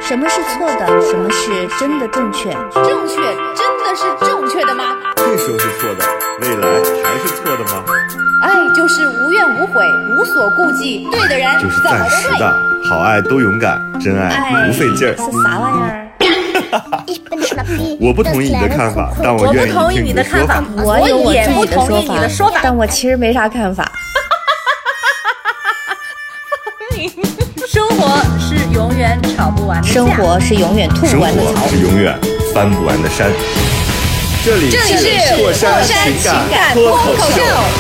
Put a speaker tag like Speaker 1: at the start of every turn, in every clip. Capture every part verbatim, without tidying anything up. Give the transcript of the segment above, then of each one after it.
Speaker 1: 什么是错的？什么是真的正确？
Speaker 2: 正确真的是正确的吗？
Speaker 3: 这时候是错的，未来还是错的吗？
Speaker 2: 爱就是无怨无悔，无所顾忌，对的人
Speaker 3: 就是暂时的，好爱都勇敢，真爱不费劲儿。
Speaker 1: 是啥玩意儿？
Speaker 3: 我不同意你的看法，但我愿意听你的说法。
Speaker 1: 我有我
Speaker 2: 也不
Speaker 1: 自己
Speaker 2: 同意你的说法，
Speaker 1: 但我其实没啥看法。
Speaker 2: 生活是永远吵不完的架，
Speaker 1: 生活是永远吐不完的槽，
Speaker 3: 生活是永远翻不完的山。这里是过山情感脱口秀。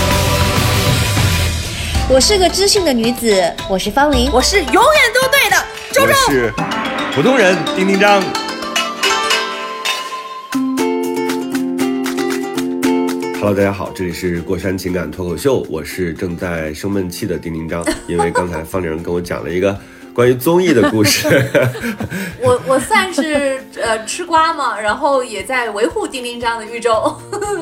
Speaker 1: 我是个知性的女子，我是方琳，
Speaker 2: 我是永远都对的周周，
Speaker 3: 我是普通人丁丁张。Hello， 大家好，这里是过山情感脱口秀，我是正在生闷气的丁丁张，因为刚才方玲跟我讲了一个关于综艺的故事。
Speaker 2: 我我算是呃吃瓜嘛，然后也在维护丁丁张的宇宙。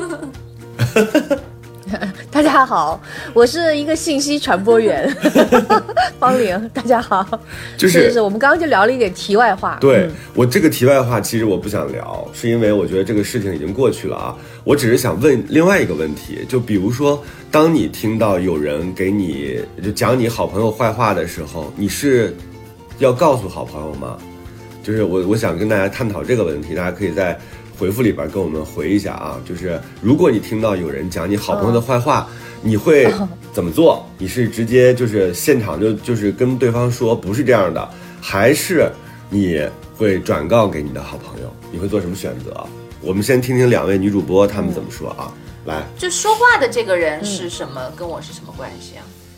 Speaker 4: 大家好，我是一个信息传播员，方玲。大家好，
Speaker 3: 就是
Speaker 4: 是是我们刚刚就聊了一点题外话。
Speaker 3: 对、
Speaker 4: 嗯、
Speaker 3: 我这个题外话，其实我不想聊，是因为我觉得这个事情已经过去了啊。我只是想问另外一个问题，就比如说，当你听到有人给你就讲你好朋友坏话的时候，你是要告诉好朋友吗？就是我我想跟大家探讨这个问题，大家可以在回复里边跟我们回一下啊，就是如果你听到有人讲你好朋友的坏话，嗯、你会怎么做？你是直接就是现场就就是跟对方说不是这样的，还是你会转告给你的好朋友？你会做什么选择？我们先听听两位女主播她们怎么说啊。嗯、来，
Speaker 2: 就说话的这个人是什么？嗯、跟我是什么关系啊？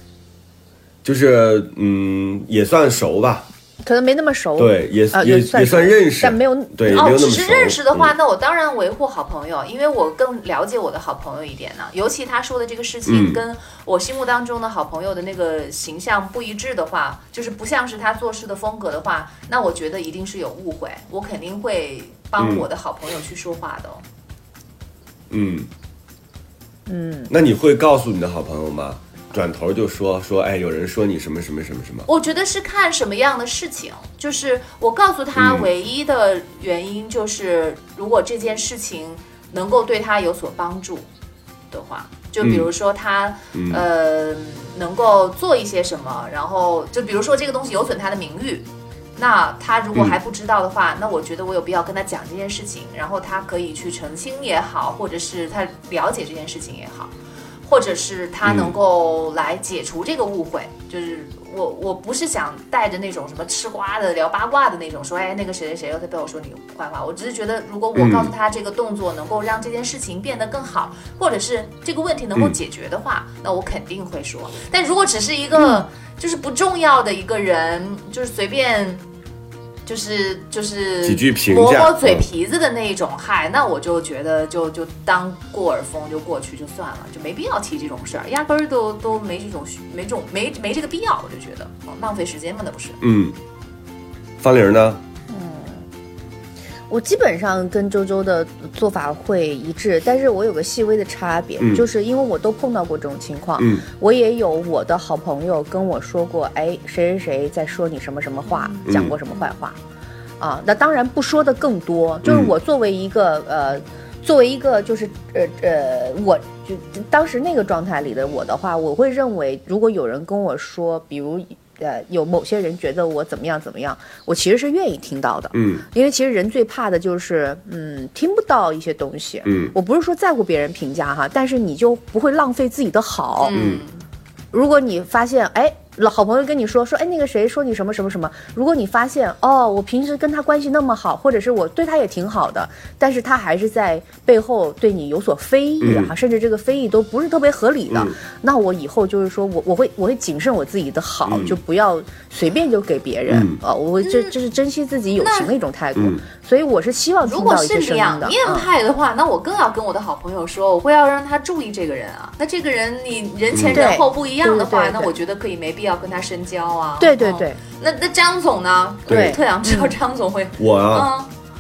Speaker 3: 就是嗯，也算熟吧。可
Speaker 4: 能没那么熟，
Speaker 3: 对，也、
Speaker 4: 呃、
Speaker 3: 也也算认识，
Speaker 4: 但没有
Speaker 3: 对，也没有那么熟。
Speaker 2: 哦，只是认识的话，
Speaker 3: 嗯、
Speaker 2: 那我当然维护好朋友，因为我更了解我的好朋友一点呢。尤其他说的这个事情跟我心目当中的好朋友的那个形象不一致的话，就是不像是他做事的风格的话，那我觉得一定是有误会，我肯定会帮我的好朋友去说话的。
Speaker 3: 嗯
Speaker 4: 嗯，
Speaker 3: 那你会告诉你的好朋友吗？转头就说说，哎，有人说你什么什么什么什么。
Speaker 2: 我觉得是看什么样的事情，就是我告诉他唯一的原因就是，嗯、如果这件事情能够对他有所帮助的话，就比如说他、嗯、呃能够做一些什么，然后就比如说这个东西有损他的名誉，那他如果还不知道的话，嗯、那我觉得我有必要跟他讲这件事情，然后他可以去澄清也好，或者是他了解这件事情也好。或者是他能够来解除这个误会，嗯、就是我我不是想带着那种什么吃瓜的聊八卦的那种说，哎，那个谁谁谁又在背后说你坏话，我只是觉得如果我告诉他这个动作能够让这件事情变得更好，嗯、或者是这个问题能够解决的话，嗯、那我肯定会说。但如果只是一个、嗯、就是不重要的一个人，就是随便。就是就是
Speaker 3: 几句评
Speaker 2: 磨磨嘴皮子的那一种，嗨，那我就觉得就就当过耳风就过去就算了，就没必要提这种事儿，压根儿都都没这种没这种没没这个必要，我就觉得、哦、浪费时间嘛，那不是？
Speaker 3: 嗯，方玲呢？
Speaker 4: 我基本上跟周周的做法会一致，但是我有个细微的差别，
Speaker 3: 嗯、
Speaker 4: 就是因为我都碰到过这种情况，
Speaker 3: 嗯、
Speaker 4: 我也有我的好朋友跟我说过，哎，谁谁谁在说你什么什么话，
Speaker 3: 嗯、
Speaker 4: 讲过什么坏话，啊，那当然不说的更多，就是我作为一个、嗯、呃，作为一个就是呃呃，我就当时那个状态里的我的话，我会认为，如果有人跟我说，比如。呃，有某些人觉得我怎么样怎么样，我其实是愿意听到的，
Speaker 3: 嗯，
Speaker 4: 因为其实人最怕的就是，嗯，听不到一些东西，
Speaker 3: 嗯，
Speaker 4: 我不是说在乎别人评价哈，但是你就不会浪费自己的好，
Speaker 3: 嗯，
Speaker 4: 如果你发现，哎。好朋友跟你说说，哎，那个谁说你什么什么什么？如果你发现，哦，我平时跟他关系那么好，或者是我对他也挺好的，但是他还是在背后对你有所非议啊，
Speaker 3: 嗯、
Speaker 4: 甚至这个非议都不是特别合理的，
Speaker 3: 嗯、
Speaker 4: 那我以后就是说我我会我会谨慎我自己的好，
Speaker 3: 嗯、
Speaker 4: 就不要随便就给别人啊、
Speaker 3: 嗯
Speaker 4: 呃，我这这是珍惜自己友情的一种态度，
Speaker 3: 嗯、
Speaker 4: 所以我是希望听到一些声音的。
Speaker 2: 如果是这样面派的话，嗯、那我更要跟我的好朋友说，我会要让他注意这个人啊。那这个人你人前人后不一样的话，
Speaker 4: 对对对对
Speaker 2: 那我觉得可以没必要跟他深交。啊、
Speaker 4: 对对对，
Speaker 2: 哦、那那张总呢？
Speaker 3: 对，
Speaker 2: 特想知道张总会
Speaker 3: 我啊，
Speaker 2: 嗯、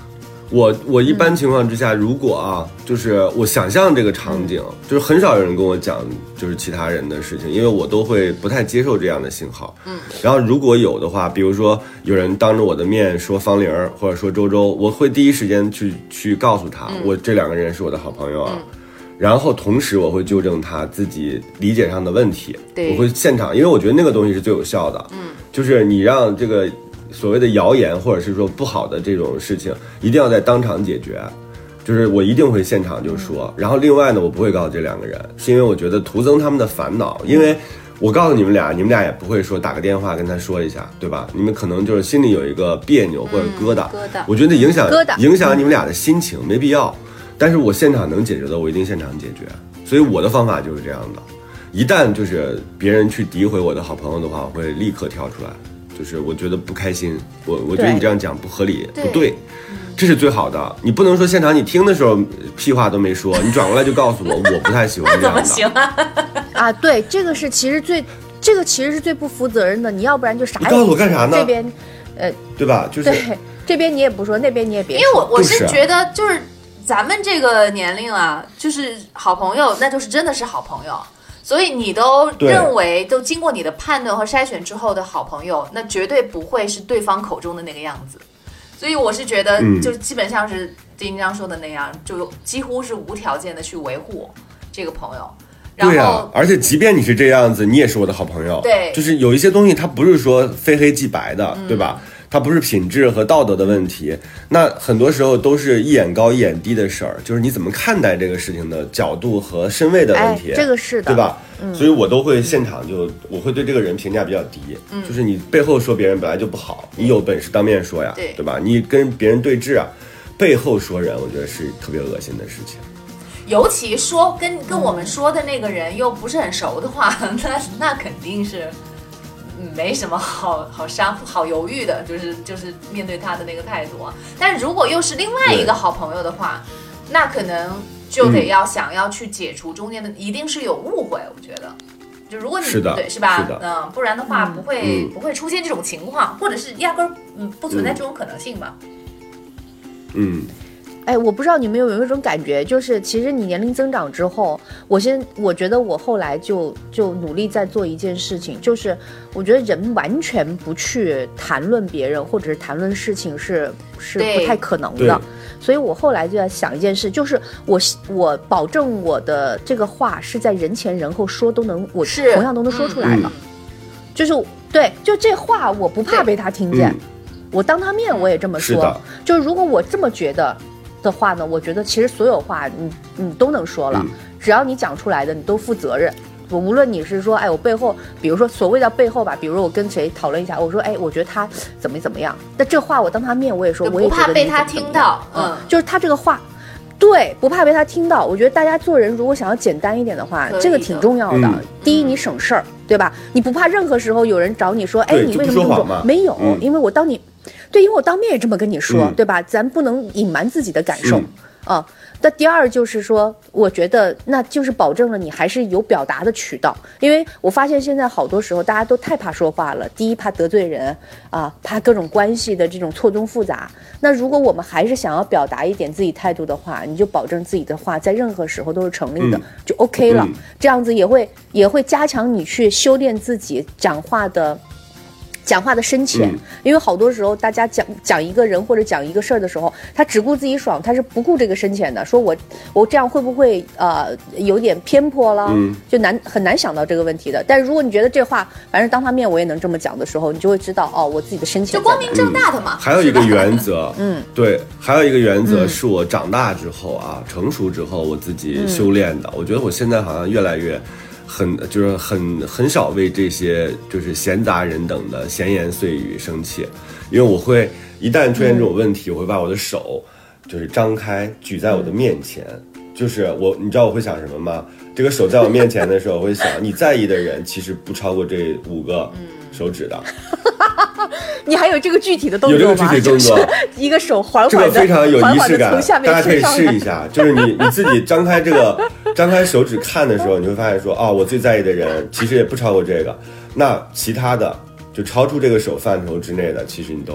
Speaker 3: 我我一般情况之下，如果啊，就是我想象这个场景，嗯、就是很少有人跟我讲就是其他人的事情，因为我都会不太接受这样的信号。嗯，然后如果有的话，比如说有人当着我的面说方玲或者说周周，我会第一时间去去告诉他，嗯、我这两个人是我的好朋友啊。嗯，然后同时我会纠正他自己理解上的问题，我会现场，因为我觉得那个东西是最有效的。嗯，就是你让这个所谓的谣言或者是说不好的这种事情一定要在当场解决，就是我一定会现场就说。然后另外呢，我不会告诉这两个人，是因为我觉得徒增他们的烦恼，因为我告诉你们俩，你们俩也不会说打个电话跟他说一下，对吧？你们可能就是心里有一个别扭或者疙瘩，
Speaker 2: 嗯、疙瘩，
Speaker 3: 我觉得影响影响你们俩的心情，没必要。但是我现场能解决的，我一定现场解决。所以我的方法就是这样的，一旦就是别人去诋毁我的好朋友的话，我会立刻跳出来，就是我觉得不开心，我我觉得你这样讲不合理，不对，这是最好的。你不能说现场你听的时候屁话都没说，你转过来就告诉我，我不太喜欢这样的。
Speaker 2: 那怎么行啊？
Speaker 4: 啊，对，这个是其实最，这个其实是最不负责任的。你要不然就啥也不说，
Speaker 3: 你告诉我干啥呢？
Speaker 4: 这边，呃，
Speaker 3: 对吧？就是
Speaker 4: 对，这边你也不说，那边你也别说。
Speaker 2: 因为我我是觉得就是。咱们这个年龄啊，就是好朋友，那就是真的是好朋友。所以你都认为，都经过你的判断和筛选之后的好朋友，那绝对不会是对方口中的那个样子。所以我是觉得，就基本上是丁章说的那样，就几乎是无条件的去维护这个朋友。然后
Speaker 3: 对啊，而且即便你是这样子，你也是我的好朋友。
Speaker 2: 对，
Speaker 3: 就是有一些东西，它不是说非黑即白的，嗯、对吧？它不是品质和道德的问题，那很多时候都是一眼高一眼低的事儿，就是你怎么看待这个事情的角度和身位的问题，
Speaker 4: 哎、这个是的，
Speaker 3: 对吧？
Speaker 4: 嗯、
Speaker 3: 所以我都会现场就我会对这个人评价比较低，嗯、就是你背后说别人本来就不好，你有本事当面说呀，
Speaker 2: 对
Speaker 3: 对吧？你跟别人对峙啊，背后说人，我觉得是特别恶心的事情。
Speaker 2: 尤其说跟跟我们说的那个人又不是很熟的话，那那肯定是。没什么好好商好犹豫的，就是就是面对他的那个态度啊。但是如果又是另外一个好朋友的话，那可能就得要想要去解除中间的，嗯、一定是有误会。我觉得，就如果你
Speaker 3: 是的
Speaker 2: 对是吧？
Speaker 3: 是的
Speaker 2: 嗯，不然的话不会、
Speaker 3: 嗯、
Speaker 2: 不会出现这种情况，或者是压根儿嗯不存在这种可能性吧。
Speaker 3: 嗯。
Speaker 4: 哎，我不知道你们有没有一种感觉，就是其实你年龄增长之后，我先我觉得我后来就就努力在做一件事情，就是我觉得人完全不去谈论别人或者是谈论事情是是不太可能的，所以我后来就在想一件事，就是我我保证我的这个话是在人前人后说都能，我同样都能说出来的，嗯、就是对，就这话我不怕被他听见，嗯、我当他面我也这么说，就如果我这么觉得。的话呢，我觉得其实所有话你你都能说了，嗯、只要你讲出来的，你都负责任。我无论你是说，哎，我背后，比如说所谓的背后吧，比如说我跟谁讨论一下，我说，哎，我觉得他怎么怎么样，那这话我当他面我也说，我也
Speaker 2: 不怕被他听到，
Speaker 4: 嗯，就是他这个话，对，不怕被他听到。我觉得大家做人如果想要简单一点的话，这个挺重要的。嗯、第一，你省事儿，对吧？你不怕任何时候有人找你说，哎，你为什么这么做？没有，嗯、因为我当你。对，因为我当面也这么跟你说，嗯、对吧？咱不能隐瞒自己的感受，嗯、啊。那第二就是说，我觉得那就是保证了你还是有表达的渠道，因为我发现现在好多时候大家都太怕说话了。第一，怕得罪人啊，怕各种关系的这种错综复杂。那如果我们还是想要表达一点自己态度的话，你就保证自己的话在任何时候都是成立的，嗯、就 OK 了。嗯、这样子也会也会加强你去修炼自己讲话的。讲话的深浅，嗯、因为好多时候大家讲讲一个人或者讲一个事儿的时候，他只顾自己爽，他是不顾这个深浅的。说我我这样会不会呃有点偏颇了？嗯、就难很难想到这个问题的。但是如果你觉得这话反正当他面我也能这么讲的时候，你就会知道哦，我自己的深浅
Speaker 2: 就光明正大的嘛。
Speaker 3: 嗯、还有一个原则，嗯，对，还有一个原则是我长大之后啊，嗯、成熟之后我自己修炼的。嗯、我觉得我现在好像越来越。很就是很很少为这些就是闲杂人等的闲言碎语生气，因为我会一旦出现这种问题，嗯、我会把我的手就是张开举在我的面前，嗯、就是我你知道我会想什么吗？这个手在我面前的时候，我会想你在意的人其实不超过这五个手指的。
Speaker 4: 嗯、你还有这个具体的动作吗？
Speaker 3: 有这个具体动作，
Speaker 4: 就是一个手缓缓的，
Speaker 3: 这个非常有仪式感，大家可以试一下。就是你你自己张开这个张开手指看的时候，你会发现说啊、哦，我最在意的人其实也不超过这个，那其他的就超出这个手范畴之内的，其实你都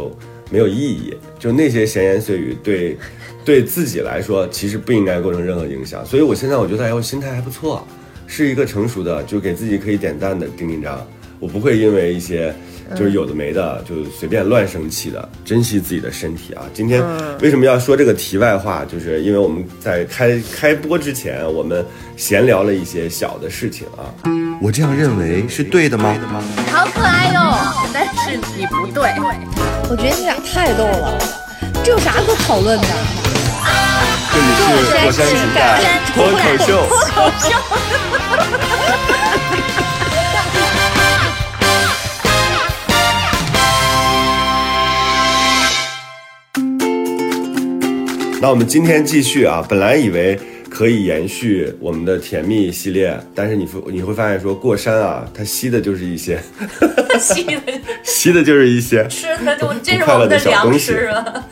Speaker 3: 没有意义，就那些闲言碎语对对自己来说其实不应该构成任何影响。所以我现在我觉得哎，我心态还不错，是一个成熟的，就给自己可以点赞的丁丁张，我不会因为一些就是有的没的就随便乱生气的，珍惜自己的身体啊。今天为什么要说这个题外话，就是因为我们在开开播之前我们闲聊了一些小的事情啊。
Speaker 5: 我这样认为是对的吗？
Speaker 2: 好可爱哟，但是你不对。
Speaker 1: 我觉得你俩太逗了，这有啥可讨论的？
Speaker 3: 这里是火山情感脱口秀。
Speaker 2: 脱口秀。
Speaker 3: 那我们今天继续啊，本来以为可以延续我们的甜蜜系列，但是你你会发现说过山啊，它吸的就是一些
Speaker 2: 吸的
Speaker 3: 吸的就是一些
Speaker 2: 吃的，就这是我们的粮食了。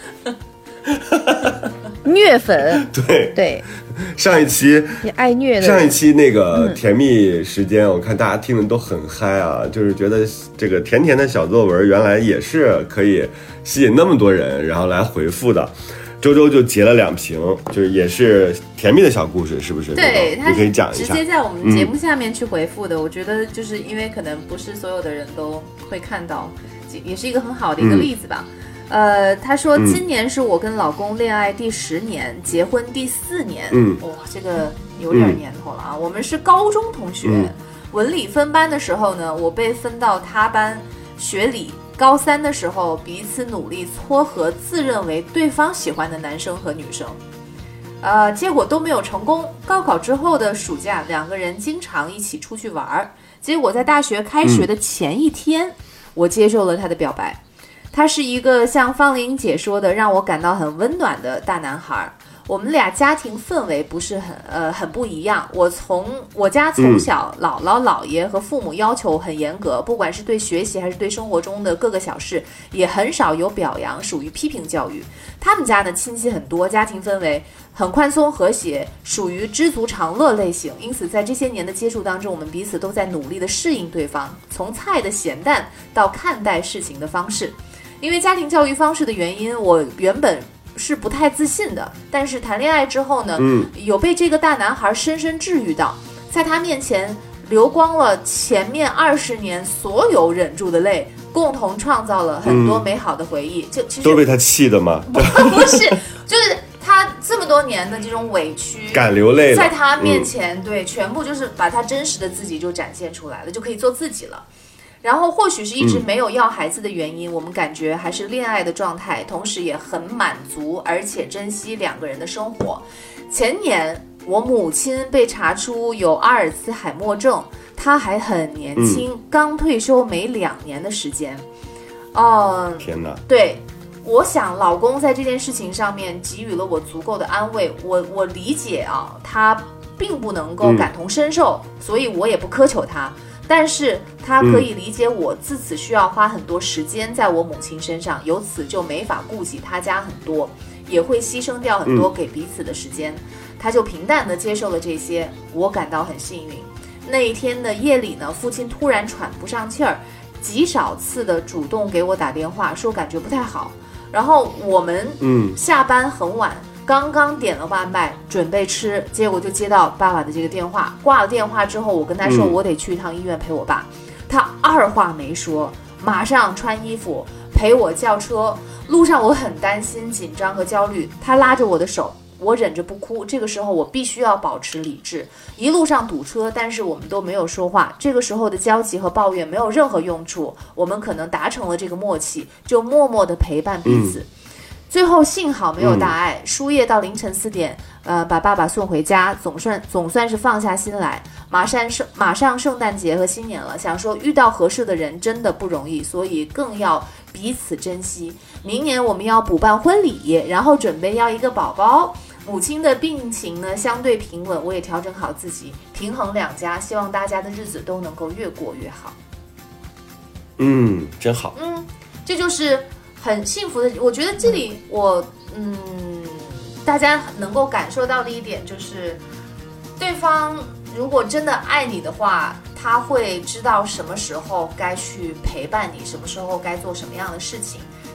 Speaker 4: 虐粉，
Speaker 3: 对
Speaker 4: 对，
Speaker 3: 上一期
Speaker 4: 你爱虐的
Speaker 3: 上一期那个甜蜜时间，嗯、我看大家听的都很嗨啊，就是觉得这个甜甜的小作文原来也是可以吸引那么多人，然后来回复的。周周就截了两屏，就是也是甜蜜的小故事，是不是？
Speaker 2: 对，他
Speaker 3: 你可以讲一下。
Speaker 2: 直接在我们节目下面去回复的，嗯、我觉得就是因为可能不是所有的人都会看到，也是一个很好的一个例子吧。嗯、呃，他说今年是我跟老公恋爱第十年，嗯、结婚第四年，嗯，哇，这个有点年头了啊。嗯、我们是高中同学，嗯、文理分班的时候呢，我被分到他班学理。高三的时候，彼此努力撮合自认为对方喜欢的男生和女生，呃，结果都没有成功。高考之后的暑假，两个人经常一起出去玩，结果在大学开学的前一天，嗯、我接受了他的表白。他是一个像方玲姐说的，让我感到很温暖的大男孩。我们俩家庭氛围不是很呃很不一样。我从我家从小，嗯、姥姥姥爷和父母要求很严格，不管是对学习还是对生活中的各个小事，也很少有表扬，属于批评教育。他们家呢亲戚很多，家庭氛围很宽松和谐，属于知足常乐类型。因此在这些年的接触当中，我们彼此都在努力的适应对方，从菜的咸淡到看待事情的方式。因为家庭教育方式的原因，我原本是不太自信的，但是谈恋爱之后呢，嗯，有被这个大男孩深深治愈到，在他面前流光了前面二十年所有忍住的泪，共同创造了很多美好的回忆。嗯、就其实
Speaker 3: 都被他气的吗？
Speaker 2: 不是，就是他这么多年的这种委屈，
Speaker 3: 敢流泪了，
Speaker 2: 在他面前，嗯、对，全部就是把他真实的自己就展现出来了，就可以做自己了。然后或许是一直没有要孩子的原因，嗯、我们感觉还是恋爱的状态，同时也很满足，而且珍惜两个人的生活。前年我母亲被查出有阿尔茨海默症，她还很年轻，嗯、刚退休没两年的时间。嗯，
Speaker 3: 天哪！
Speaker 2: 对，我想老公在这件事情上面给予了我足够的安慰，我我理解啊，他并不能够感同身受，嗯、所以我也不苛求他。但是他可以理解我自此需要花很多时间在我母亲身上，由此就没法顾及他家很多，也会牺牲掉很多给彼此的时间。他就平淡地接受了这些，我感到很幸运。那一天的夜里呢，父亲突然喘不上气儿，极少次的主动给我打电话，说感觉不太好。然后我们嗯下班很晚。刚刚点了外卖准备吃，结果就接到爸爸的这个电话。挂了电话之后，我跟他说我得去一趟医院陪我爸，嗯、他二话没说，马上穿衣服陪我叫车。路上我很担心、紧张和焦虑，他拉着我的手，我忍着不哭。这个时候我必须要保持理智。一路上堵车，但是我们都没有说话。这个时候的交集和抱怨没有任何用处，我们可能达成了这个默契，就默默地陪伴彼此。嗯最后幸好没有大碍，输液到凌晨四点，呃，把爸爸送回家，总算总算是放下心来。马上圣马上圣诞节和新年了，想说遇到合适的人真的不容易，所以更要彼此珍惜。明年我们要补办婚礼，然后准备要一个宝宝。母亲的病情呢相对平稳，我也调整好自己，平衡两家，希望大家的日子都能够越过越好。
Speaker 3: 嗯，真好。
Speaker 2: 嗯，这就是很幸福的。我觉得这里我嗯，大家能够感受到的一点就是，对方如果真的爱你的话，他会知道什么时候该去陪伴你，什么时候该做什么样的事情。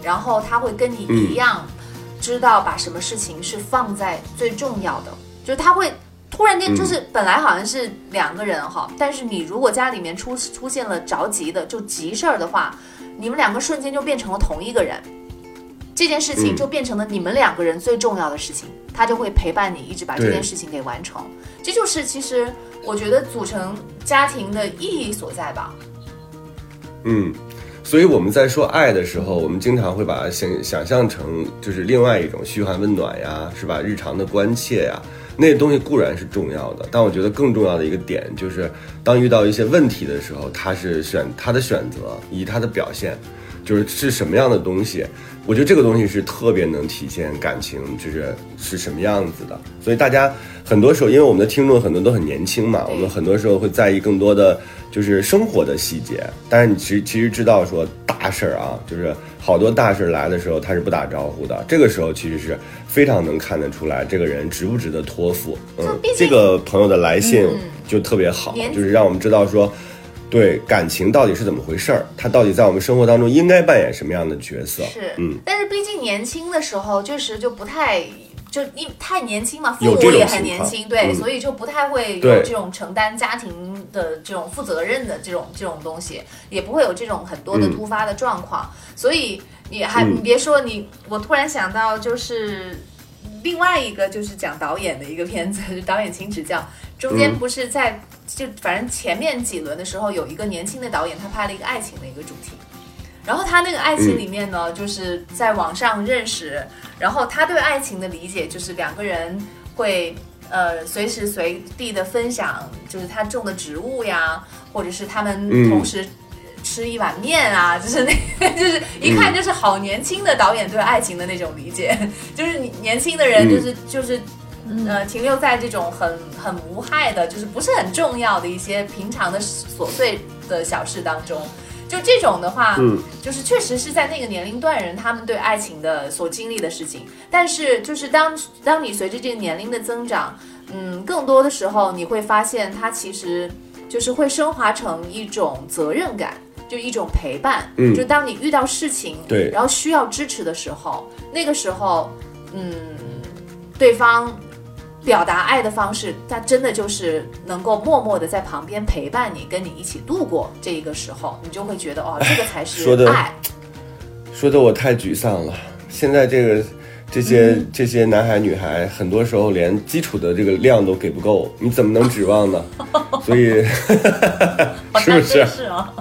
Speaker 2: 然后他会跟你一样，知道把什么事情是放在最重要的，就是他会突然间就是本来好像是两个人哈，嗯、但是你如果家里面出出现了着急的就急事儿的话，你们两个瞬间就变成了同一个人，这件事情就变成了你们两个人最重要的事情，嗯、他就会陪伴你一直把这件事情给完成。这就是其实我觉得组成家庭的意义所在吧。
Speaker 3: 嗯。所以我们在说爱的时候，我们经常会把它想想象成就是另外一种嘘寒问暖呀，是吧？日常的关切呀，那些东西固然是重要的，但我觉得更重要的一个点就是，当遇到一些问题的时候，他是选他的选择以及他的表现，就是是什么样的东西。我觉得这个东西是特别能体现感情，就是是什么样子的。所以大家很多时候，因为我们的听众很多都很年轻嘛，我们很多时候会在意更多的就是生活的细节。但是你其实其实知道说大事儿啊，就是好多大事来的时候他是不打招呼的，这个时候其实是非常能看得出来这个人值不值得托付。嗯，这个朋友的来信就特别好，嗯、就是让我们知道说。对感情到底是怎么回事儿？他到底在我们生活当中应该扮演什么样的角色？
Speaker 2: 是，嗯，但是毕竟年轻的时候，确实就不太，就因为太年轻嘛，父母也很年轻，对、嗯，所以就不太会有这种承担家庭的这种负责任的这种这种东西，也不会有这种很多的突发的状况，嗯、所以你还、嗯、你别说你，我突然想到就是另外一个就是讲导演的一个片子，就导演请指教，中间不是在。嗯就反正前面几轮的时候，有一个年轻的导演，他拍了一个爱情的一个主题，然后他那个爱情里面呢，嗯、就是在网上认识，然后他对爱情的理解就是两个人会呃随时随地的分享，就是他种的植物呀，或者是他们同时吃一碗面啊，嗯、就是那就是一看就是好年轻的导演对爱情的那种理解，嗯、就是年轻的人就是、嗯、就是。呃，停留在这种很很无害的，就是不是很重要的一些平常的琐碎的小事当中，就这种的话，嗯，就是确实是在那个年龄段人他们对爱情的所经历的事情。但是就是当当你随着这个年龄的增长，嗯，更多的时候你会发现，它其实就是会升华成一种责任感，就一种陪伴。嗯，就当你遇到事情，对，然后需要支持的时候，那个时候，嗯，对方。表达爱的方式，他真的就是能够默默的在旁边陪伴你，跟你一起度过这一个时候，你就会觉得哦，这个才是爱。
Speaker 3: 说的我太沮丧了。现在这个这些、嗯、这些男孩女孩，很多时候连基础的这个量都给不够，你怎么能指望呢？所以是不是？是啊。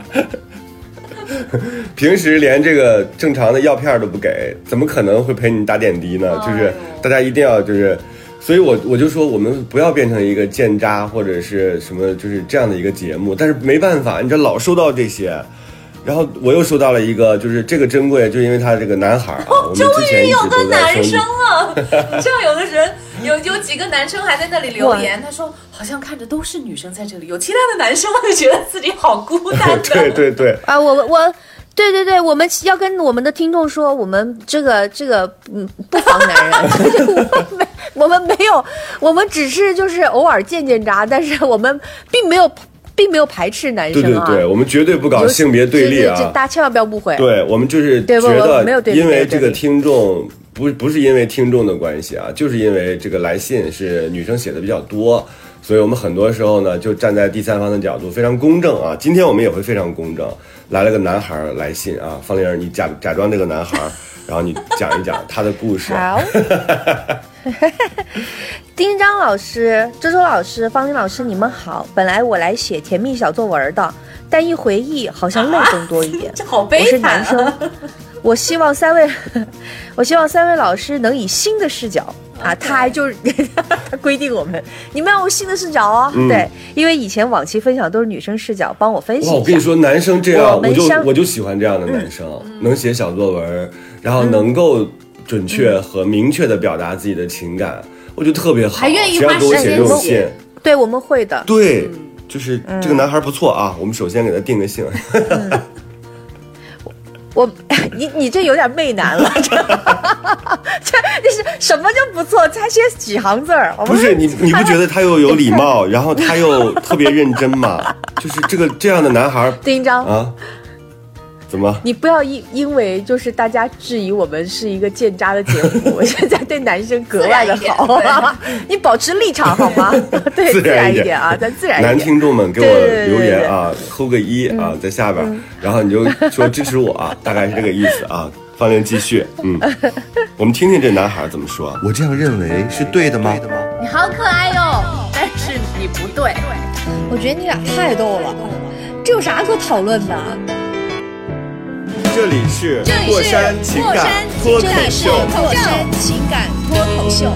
Speaker 3: 平时连这个正常的药片都不给，怎么可能会陪你打点滴呢？哎、就是大家一定要就是。所以我我就说我们不要变成一个贱渣或者是什么就是这样的一个节目，但是没办法，你这老收到这些，然后我又收到了一个，就是这个珍贵，就因为他这个男孩啊，
Speaker 2: 哦、
Speaker 3: 我们之前一直都在说，
Speaker 2: 终于有个男生了，你知道有的人有有几个男生还在那里留言，他说好像看着都是女生在这里，有其他的男生就觉得自己好孤单的。
Speaker 3: 对对对
Speaker 4: 啊，我我。对对对，我们要跟我们的听众说，我们这个这个嗯不防男人，我们没我们没有，我们只是就是偶尔见见渣，但是我们并没有并没有排斥男生啊。
Speaker 3: 对对对，我们绝对不搞性别对立啊！
Speaker 4: 这大家千万不要误会。
Speaker 3: 对，我们就是觉得，因为这个听众不不是因为听众的关系啊，就是因为这个来信是女生写的比较多。所以我们很多时候呢，就站在第三方的角度，非常公正啊。今天我们也会非常公正，来了个男孩来信啊，方玲儿，你假假装这个男孩，然后你讲一讲他的故事。
Speaker 4: 好，丁章老师、周周老师、方玲老师，你们好。本来我来写甜蜜小作文的，但一回忆，好像泪更多一点。
Speaker 2: 啊、这好悲惨、啊。
Speaker 4: 我是男生，我希望三位，我希望三位老师能以新的视角。啊，他还就是他规定我们，你们要有新的视角哦。嗯、对，因为以前往期分享都是女生视角，帮我分析一下。
Speaker 3: 我跟你说，男生这样，我, 我就我就喜欢这样的男生，嗯、能写小作文，然后能够准确和明确的表达自己的情感，嗯、我觉得特别好。
Speaker 2: 还愿意
Speaker 3: 花时间写，
Speaker 4: 对，我们会的。
Speaker 3: 对，嗯、就是这个男孩不错啊，我们首先给他定个性。
Speaker 4: 嗯我你你这有点媚男了，这这这是什么就不错？才写几行字儿？
Speaker 3: 不是你你不觉得他又有礼貌，然后他又特别认真吗？就是这个这样的男孩，
Speaker 4: 丁章
Speaker 3: 啊， 怎么？
Speaker 4: 你不要因因为就是大家质疑我们是一个贱渣的节目，我现在对男生格外的好，你保持立场好吗？对，自然一点啊，咱自然一点。
Speaker 3: 男听众们给我留言啊，扣个一啊，在下边，然后你就说支持我啊，大概是这个意思啊。方玲继续，嗯，我们听听这男孩怎么说。
Speaker 5: 我这样认为是对的吗？
Speaker 2: 你好可爱哟，但是你不对。
Speaker 1: 我觉得你俩太逗了，这有啥可讨论的？
Speaker 3: 这里是过山情感脱口秀，
Speaker 1: 过山情感脱口秀。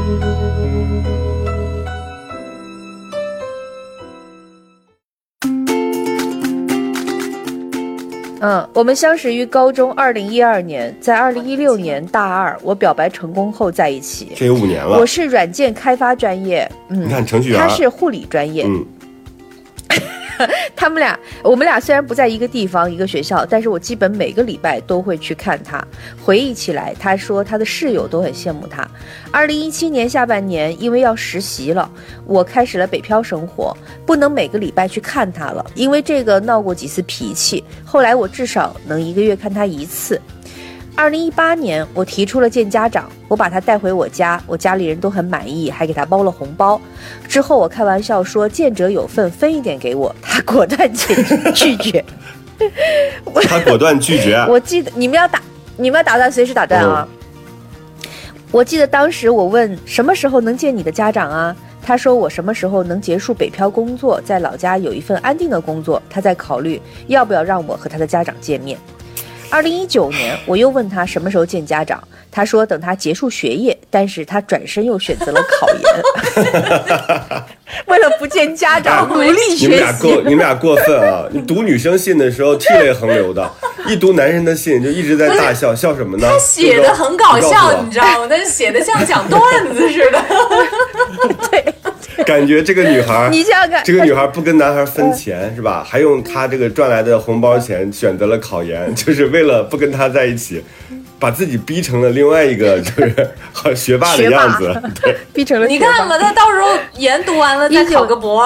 Speaker 4: 嗯，我们相识于高中二零一二年，在二零一六年大二，我表白成功后在一起。
Speaker 3: 这有五年了。
Speaker 4: 我是软件开发专业，嗯，
Speaker 3: 你看程序员，
Speaker 4: 他是护理专业，
Speaker 3: 嗯。
Speaker 4: 他们俩，我们俩虽然不在一个地方一个学校，但是我基本每个礼拜都会去看他。回忆起来，他说他的室友都很羡慕他。二零一七年下半年，因为要实习了，我开始了北漂生活，不能每个礼拜去看他了，因为这个闹过几次脾气。后来我至少能一个月看他一次。二零一八年，我提出了见家长，我把他带回我家，我家里人都很满意，还给他包了红包。之后我开玩笑说见者有份，分一点给我，他果断拒绝。
Speaker 3: 他果断拒绝。
Speaker 4: 我记得你们要打，你们要打断随时打断啊。哦、我记得当时我问什么时候能见你的家长啊？他说我什么时候能结束北漂工作，在老家有一份安定的工作，他在考虑要不要让我和他的家长见面。二零一九年，我又问他什么时候见家长，他说等他结束学业，但是他转身又选择了考研。为了不见家长，努力学习。
Speaker 3: 你们俩过，你们俩过分啊！你读女生信的时候涕泪横流的，一读男生的信就一直在大笑，笑什么呢？
Speaker 2: 他写的很搞笑，你知道吗？但是写的像讲段子似的。
Speaker 4: 对。
Speaker 3: 感觉这个女孩，
Speaker 4: 你想想看，
Speaker 3: 这个女孩不跟男孩分钱是吧？还用她这个赚来的红包钱选择了考研，就是为了不跟他在一起，把自己逼成了另外一个就是好学霸的样子，对，
Speaker 4: 逼成了
Speaker 2: 学霸。你看吧，他到时候研读完了再考个博。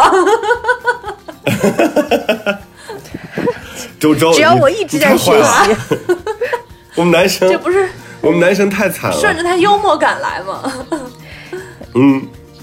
Speaker 3: 周周，
Speaker 4: 只要我一直在学习，
Speaker 3: 我们男生
Speaker 2: 这不是
Speaker 3: 我们男生太惨了，
Speaker 2: 顺着他幽默感来嘛。
Speaker 3: 嗯。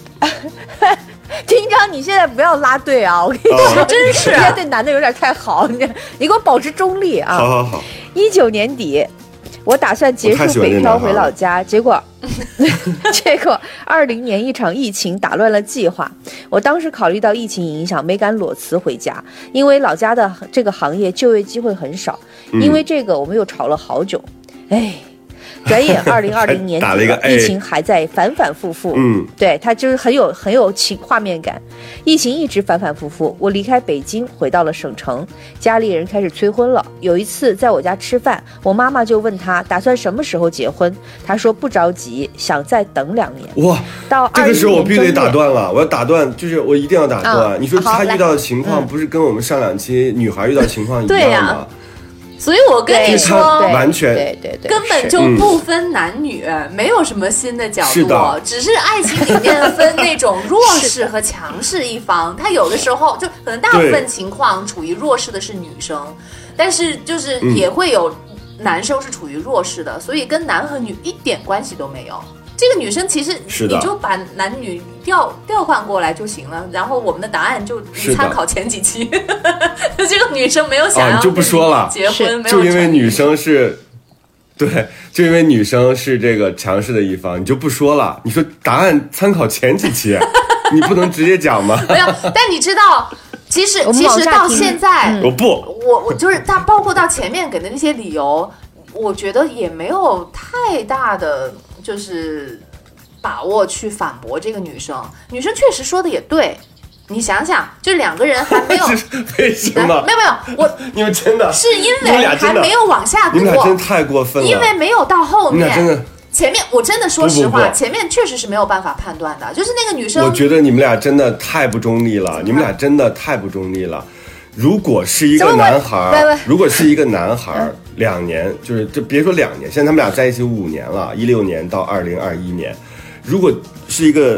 Speaker 4: 厅长，你现在不要拉队啊！我跟你说，哦、真是现在对男的有点太好，你你给我保持中立啊！
Speaker 3: 好好好。
Speaker 4: 一九年底，我打算结束北漂回老家，结果结果二零年一场疫情打乱了计划。我当时考虑到疫情影响，没敢裸辞回家，因为老家的这个行业就业机会很少。因为这个，我们又吵了好久。哎。转眼二零二零年底了，疫情还在反反复复。嗯，对，它就是很有很有情画面感。疫情一直反反复复，我离开北京，回到了省城，家里人开始催婚了。有一次在我家吃饭，我妈妈就问他打算什么时候结婚，他说不着急，想再等两年。
Speaker 3: 哇，
Speaker 4: 到
Speaker 3: 这个时候我必须得打断了，我要打断，就是我一定要打断。啊、你说他遇到的情况不是跟我们上两期女孩遇到的情况一样吗？
Speaker 2: 所以我跟你说，
Speaker 3: 完全
Speaker 4: 对对对，
Speaker 2: 根本就不分男女，嗯、没有什么新的角度，只是爱情里面分那种弱势和强势一方。他有的时候就可能大部分情况处于弱势的是女生，但是就是也会有男生是处于弱势的，嗯、所以跟男和女一点关系都没有。这个女生其实你就把男女调调换过来就行了，然后我们的答案就参考前几期。就这个女生没有想要、
Speaker 3: 啊、就不说了
Speaker 2: 结婚，没有
Speaker 3: 就因为女生是，对，就因为女生是这个强势的一方，你就不说了。你说答案参考前几期，你不能直接讲吗？
Speaker 2: 没有，但你知道。其实其实到现在，
Speaker 3: 我不，
Speaker 2: 我我就是他，包括到前面给的那些理由，我觉得也没有太大的就是把握去反驳这个女生。女生确实说的也对，你想想，就两个人还没有
Speaker 3: 为什么？
Speaker 2: 没有没有，我
Speaker 3: 你们真的
Speaker 2: 是因为还没有往下过，
Speaker 3: 你们俩真太过分了，
Speaker 2: 因为没有到后面，
Speaker 3: 你们俩真的。
Speaker 2: 前面我真的说实话，
Speaker 3: 不不不
Speaker 2: 前面确实是没有办法判断的，就是那个女生。
Speaker 3: 我觉得你们俩真的太不中立了，你们俩真的太不中立了。如果是一个男孩，如果是一个男孩，两年就是就别说两年，现在他们俩在一起五年了，一六年到二零二一年。如果是一个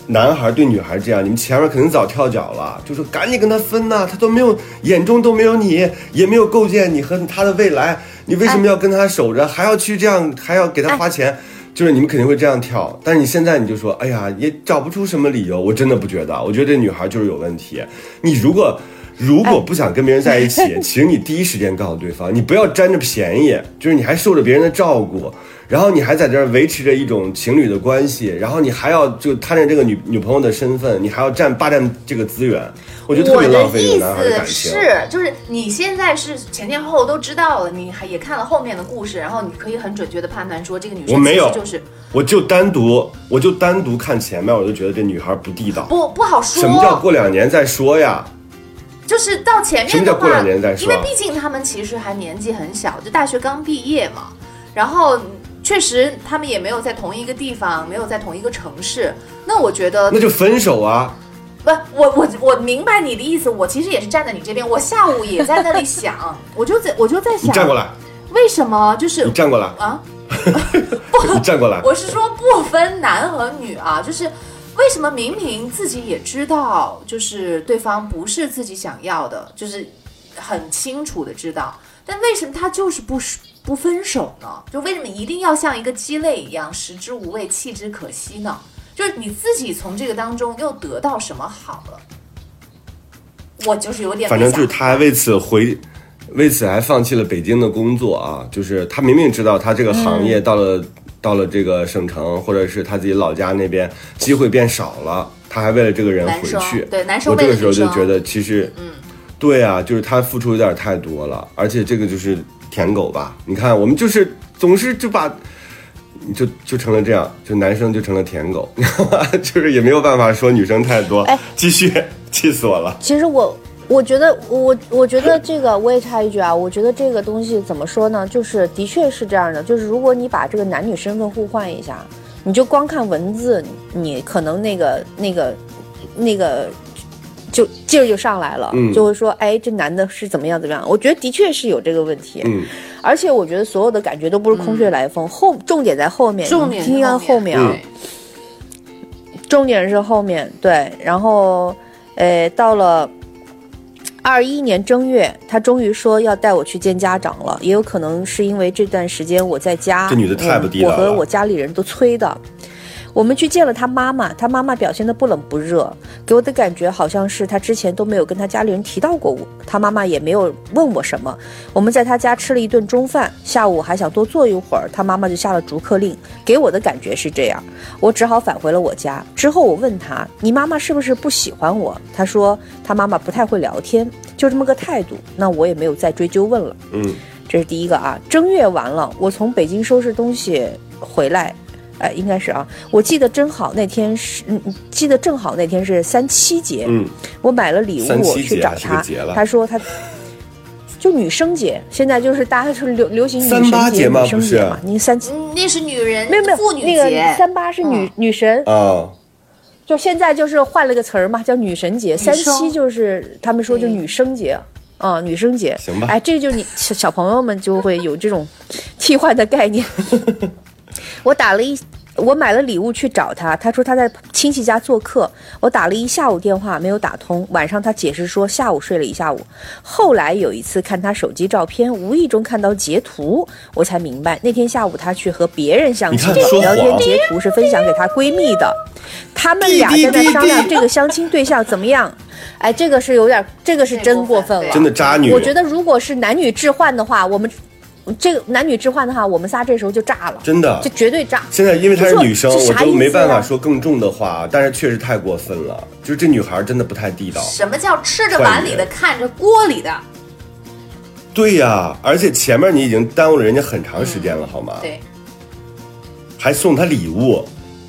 Speaker 3: 男孩对女孩这样，你们前面肯定早跳脚了，就说赶紧跟他分呐、啊，他都没有眼中都没有你，也没有构建你和他的未来，你为什么要跟他守着，还要去这样，还要给他花钱？就是你们肯定会这样跳，但是你现在你就说，哎呀，也找不出什么理由。我真的不觉得，我觉得这女孩就是有问题。你如果如果不想跟别人在一起，请你第一时间告诉对方，你不要占着便宜，就是你还受着别人的照顾。然后你还在这儿维持着一种情侣的关系，然后你还要就摊着这个女女朋友的身份，你还要占霸占这个资源，我觉得特别浪费这个男孩的感情。
Speaker 2: 我的意思是，就是你现在是前前后后都知道了，你还也看了后面的故事，然后你可以很准确的判断说这个女生其实就是，
Speaker 3: 我就单独我就单独看前面，我就觉得这女孩不地道，
Speaker 2: 不不好说。
Speaker 3: 什么叫过两年再说呀？
Speaker 2: 就是到前面的话，
Speaker 3: 什么叫过两年再说？
Speaker 2: 因为毕竟他们其实还年纪很小，就大学刚毕业嘛，然后。确实，他们也没有在同一个地方，没有在同一个城市。那我觉得，
Speaker 3: 那就分手啊！
Speaker 2: 不，我我我明白你的意思。我其实也是站在你这边。我下午也在那里想，我就在我就在想，
Speaker 3: 你站过来，
Speaker 2: 为什么就是
Speaker 3: 你站过来
Speaker 2: 啊？
Speaker 3: 你站过来。
Speaker 2: 我是说不分男和女啊，就是为什么明明自己也知道，就是对方不是自己想要的，就是很清楚的知道，但为什么他就是不不分手呢？就为什么一定要像一个鸡肋一样食之无味弃之可惜呢？就是你自己从这个当中又得到什么好了？我就是有点
Speaker 3: 反正就是他还为此回为此还放弃了北京的工作啊，就是他明明知道他这个行业到了、嗯、到了这个省城或者是他自己老家那边机会变少了，他还为了这个人回去。
Speaker 2: 对，男生
Speaker 3: 我这个时候就觉得其实嗯对啊，就是他付出有点太多了，而且这个就是舔狗吧，你看我们就是总是就把就就成了这样，就男生就成了舔狗，就是也没有办法说女生太多。哎，继续，气死我了。
Speaker 4: 其实我我觉得我我觉得这个我也插一句啊，我觉得这个东西怎么说呢？就是的确是这样的，就是如果你把这个男女身份互换一下，你就光看文字，你可能那个那个那个。就劲儿就上来了、嗯，就会说，哎，这男的是怎么样怎么样？我觉得的确是有这个问题，嗯，而且我觉得所有的感觉都不是空穴来风，嗯、后重点在后面，
Speaker 2: 重点
Speaker 4: 听完后面啊、嗯，重点是后面对，然后，呃，到了二一年正月，他终于说要带我去见家长了，也有可能是因为这段时间我在家，
Speaker 3: 这女的太不地道了，
Speaker 4: 我和我家里人都催的。我们去见了他妈妈，他妈妈表现得不冷不热，给我的感觉好像是他之前都没有跟他家里人提到过我，他妈妈也没有问我什么。我们在他家吃了一顿中饭，下午还想多坐一会儿，他妈妈就下了逐客令，给我的感觉是这样。我只好返回了我家。之后我问他，你妈妈是不是不喜欢我？他说他妈妈不太会聊天，就这么个态度。那我也没有再追究问了。嗯，这是第一个啊。正月完了，我从北京收拾东西回来。哎，应该是啊，我记得真好，那天是，嗯，记得正好那天是三七节，嗯，我买了礼物去找他，他说他，就女生节，现在就是大家是流流行女神节、女生节嘛，你三七、
Speaker 2: 嗯、那是女人，
Speaker 4: 没有没有
Speaker 2: 妇女节，
Speaker 4: 那个三八是女、嗯、女神啊、
Speaker 3: 哦，
Speaker 4: 就现在就是换了个词儿嘛，叫女神节，三七就是他们说就女生节。啊、嗯，女生节，
Speaker 3: 行吧？
Speaker 4: 哎，这就是你小小朋友们就会有这种替换的概念。我打了一，我买了礼物去找他，他说他在亲戚家做客，我打了一下午电话没有打通，晚上他解释说下午睡了一下午，后来有一次看他手机照片，无意中看到截图，我才明白那天下午他去和别人相亲，聊天截图是分享给他闺蜜的，他们俩在那商量这个相亲对象怎么样。哎，这个是有点，这个是真过分了，
Speaker 3: 真的渣女。
Speaker 4: 我觉得如果是男女置换的话，我们这个男女置换的话，我们仨这时候就炸了，
Speaker 3: 真的，
Speaker 4: 就绝对炸。
Speaker 3: 现在因为她是女生，我都没办法说更重的话，但是确实太过分了，就是这女孩真的不太地道。
Speaker 2: 什么叫吃着碗里的看着锅里的？
Speaker 3: 对呀，而且前面你已经耽误了人家很长时间了，嗯、好吗？
Speaker 2: 对，
Speaker 3: 还送她礼物。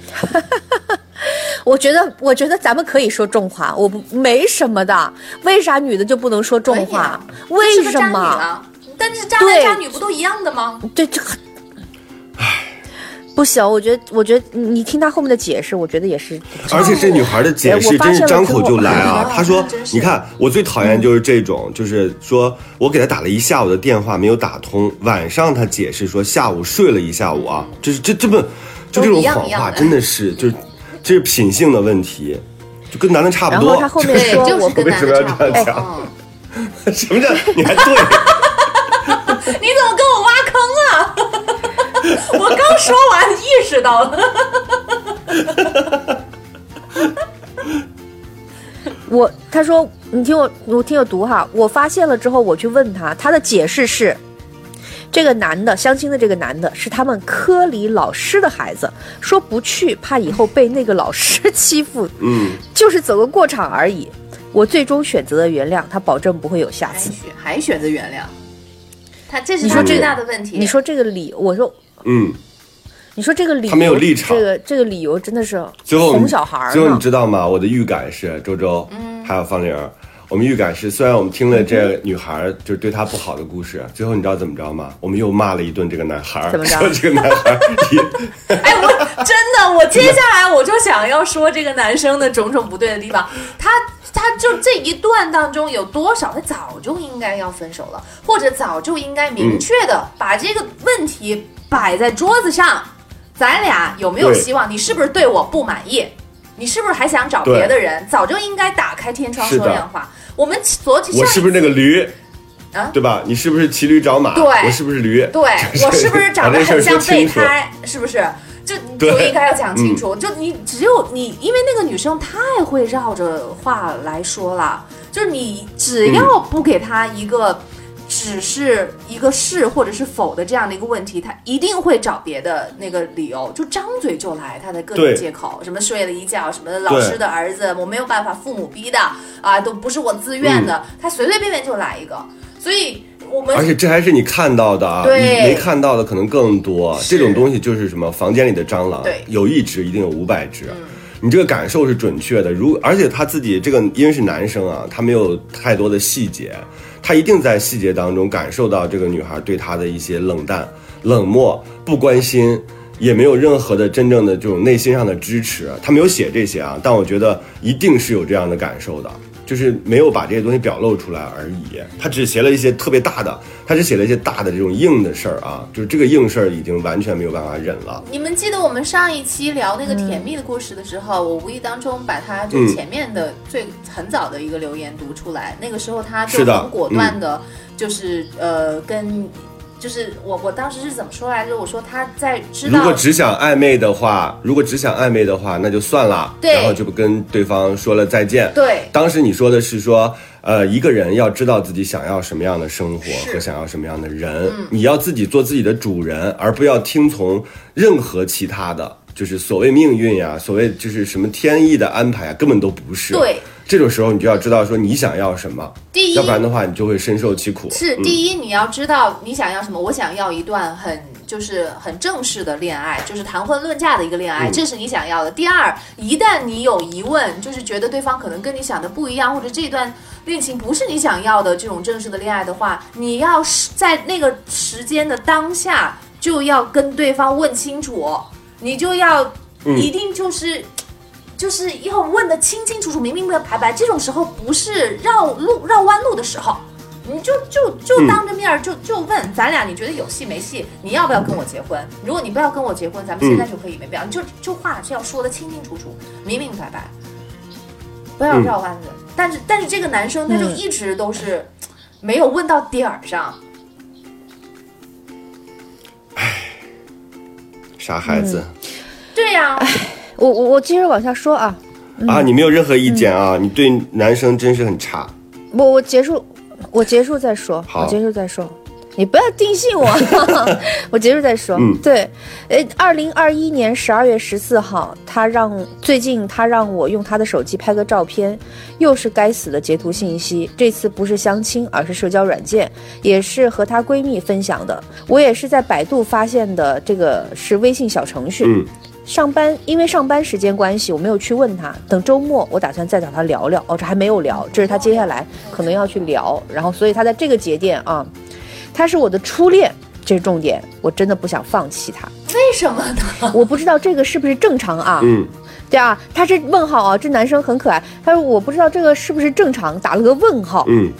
Speaker 4: 我觉得，我觉得咱们可以说重话，我不没什么的。为啥女的就不能说重话？啊、为什么？
Speaker 2: 啊、但是渣男渣女不都一样的吗？
Speaker 4: 对，这个，唉，不行。我觉得，我觉得你听她后面的解释，我觉得也是。
Speaker 3: 而且这女孩的解释真是张口就来啊！她说：“你看，我最讨厌就是这种，嗯、就是说我给她打了一下午的电话没有打通，晚上她解释说下午睡了一下午啊，这是这这么就这种谎话，真的是就是。” 这是品性的问题，就跟男的差不多。
Speaker 4: 然后他后面说
Speaker 2: 对，
Speaker 4: 我
Speaker 2: 就是跟男的差不多。
Speaker 3: 嗯、什么叫你还对？
Speaker 2: 你怎么跟我挖坑啊？我刚说完意识到了。
Speaker 4: 我他说你听我我听我读哈，我发现了之后我去问他，他的解释是，这个男的相亲的这个男的是他们科里老师的孩子，说不去怕以后被那个老师欺负，
Speaker 3: 嗯，
Speaker 4: 就是走个过场而已。我最终选择了原谅他，保证不会有下次。
Speaker 2: 还选择原谅他，这是他最大的问题。
Speaker 4: 你说这个理，我说
Speaker 3: 嗯。
Speaker 4: 你说这个理由，
Speaker 3: 他没有立场，
Speaker 4: 这个这个理由真的是
Speaker 3: 最后
Speaker 4: 哄小孩。
Speaker 3: 最后你知道吗？我的预感是周周，嗯，还有方玲，我们预感是，虽然我们听了这女孩就是对她不好的故事，最后你知道怎么着吗？我们又骂了一顿这个男孩，
Speaker 4: 怎么着？
Speaker 3: 说这个男孩，
Speaker 2: 哎，我真的，我接下来我就想要说这个男生的种种不对的地方，他。他就这一段当中有多少，他早就应该要分手了，或者早就应该明确的把这个问题摆在桌子上，咱俩有没有希望？你是不是对我不满意？你是不是还想找别的人？早就应该打开天窗说亮话。我们昨天
Speaker 3: 我是不是那个驴？
Speaker 2: 啊，
Speaker 3: 对吧？你是不是骑驴找马？
Speaker 2: 对，
Speaker 3: 我是不是驴？
Speaker 2: 对，我是不是长得很像备胎？是不是？就就应该要讲清楚，嗯、就你只有你，因为那个女生太会绕着话来说了，就是你只要不给她一个只是一个是或者是否的这样的一个问题，她一定会找别的那个理由，就张嘴就来她的各种借口，什么睡了一觉，什么老师的儿子，我没有办法，父母逼的啊，都不是我自愿的，她、嗯、随随便便就来一个，所以。我们
Speaker 3: 而且这还是你看到的啊，你没看到的可能更多。这种东西就是什么？房间里的蟑螂，有一只一定有五百只。嗯、你这个感受是准确的。如而且他自己这个因为是男生啊，他没有太多的细节，他一定在细节当中感受到这个女孩对他的一些冷淡、冷漠、不关心，也没有任何的真正的这种内心上的支持。他没有写这些啊，但我觉得一定是有这样的感受的。就是没有把这些东西表露出来而已，他只写了一些特别大的，他只写了一些大的这种硬的事儿啊，就是这个硬事儿已经完全没有办法忍了。
Speaker 2: 你们记得我们上一期聊那个甜蜜的故事的时候，嗯、我无意当中把他就前面的最很早的一个留言读出来，嗯、那个时候他就很果断的，就是呃跟。就是我，我当时是怎么说来着？我说他在知道，
Speaker 3: 如果只想暧昧的话，如果只想暧昧的话，那就算了，
Speaker 2: 对，
Speaker 3: 然后就跟对方说了再见。
Speaker 2: 对，
Speaker 3: 当时你说的是说，呃，一个人要知道自己想要什么样的生活和想要什么样的人，嗯、你要自己做自己的主人，而不要听从任何其他的，就是所谓命运呀、啊，所谓就是什么天意的安排啊，根本都不是。
Speaker 2: 对。
Speaker 3: 这种时候你就要知道说你想要什么，
Speaker 2: 第一，
Speaker 3: 要不然的话你就会深受其苦。
Speaker 2: 是、嗯、第一，你要知道你想要什么。我想要一段很就是很正式的恋爱，就是谈婚论嫁的一个恋爱，嗯、这是你想要的。第二，一旦你有疑问，就是觉得对方可能跟你想的不一样，或者这段恋情不是你想要的这种正式的恋爱的话，你要在那个时间的当下就要跟对方问清楚，你就要一定就是。嗯就是要问得清清楚楚、明明白白，这种时候不是绕路、绕弯路的时候，你就就就当着面就就问咱俩，你觉得有戏没戏？你要不要跟我结婚？如果你不要跟我结婚，咱们现在就可以没必要。就就话是要说得清清楚楚、明明白白，不要绕弯子。嗯、但是但是这个男生他就一直都是没有问到点儿上。
Speaker 3: 唉，傻孩子。
Speaker 2: 嗯、对呀、啊。
Speaker 4: 我我我接着往下说啊，
Speaker 3: 嗯、啊，你没有任何意见啊？嗯、你对男生真是很差。
Speaker 4: 我我结束，我结束再说，我结束再说，你不要定性我，我结束再说。嗯，对，呃，二零二一年十二月十四号，他让最近他让我用他的手机拍个照片，又是该死的截图信息。这次不是相亲，而是社交软件，也是和她闺蜜分享的。我也是在百度发现的，这个是微信小程序。嗯。上班，因为上班时间关系，我没有去问他。等周末，我打算再找他聊聊。哦，这还没有聊，这是他接下来可能要去聊。然后，所以他在这个节点啊，他是我的初恋，这是重点。我真的不想放弃他。
Speaker 2: 为什么呢？
Speaker 4: 我不知道这个是不是正常啊？嗯，对啊，他是问号啊，这男生很可爱。他说我不知道这个是不是正常，打了个问号。嗯。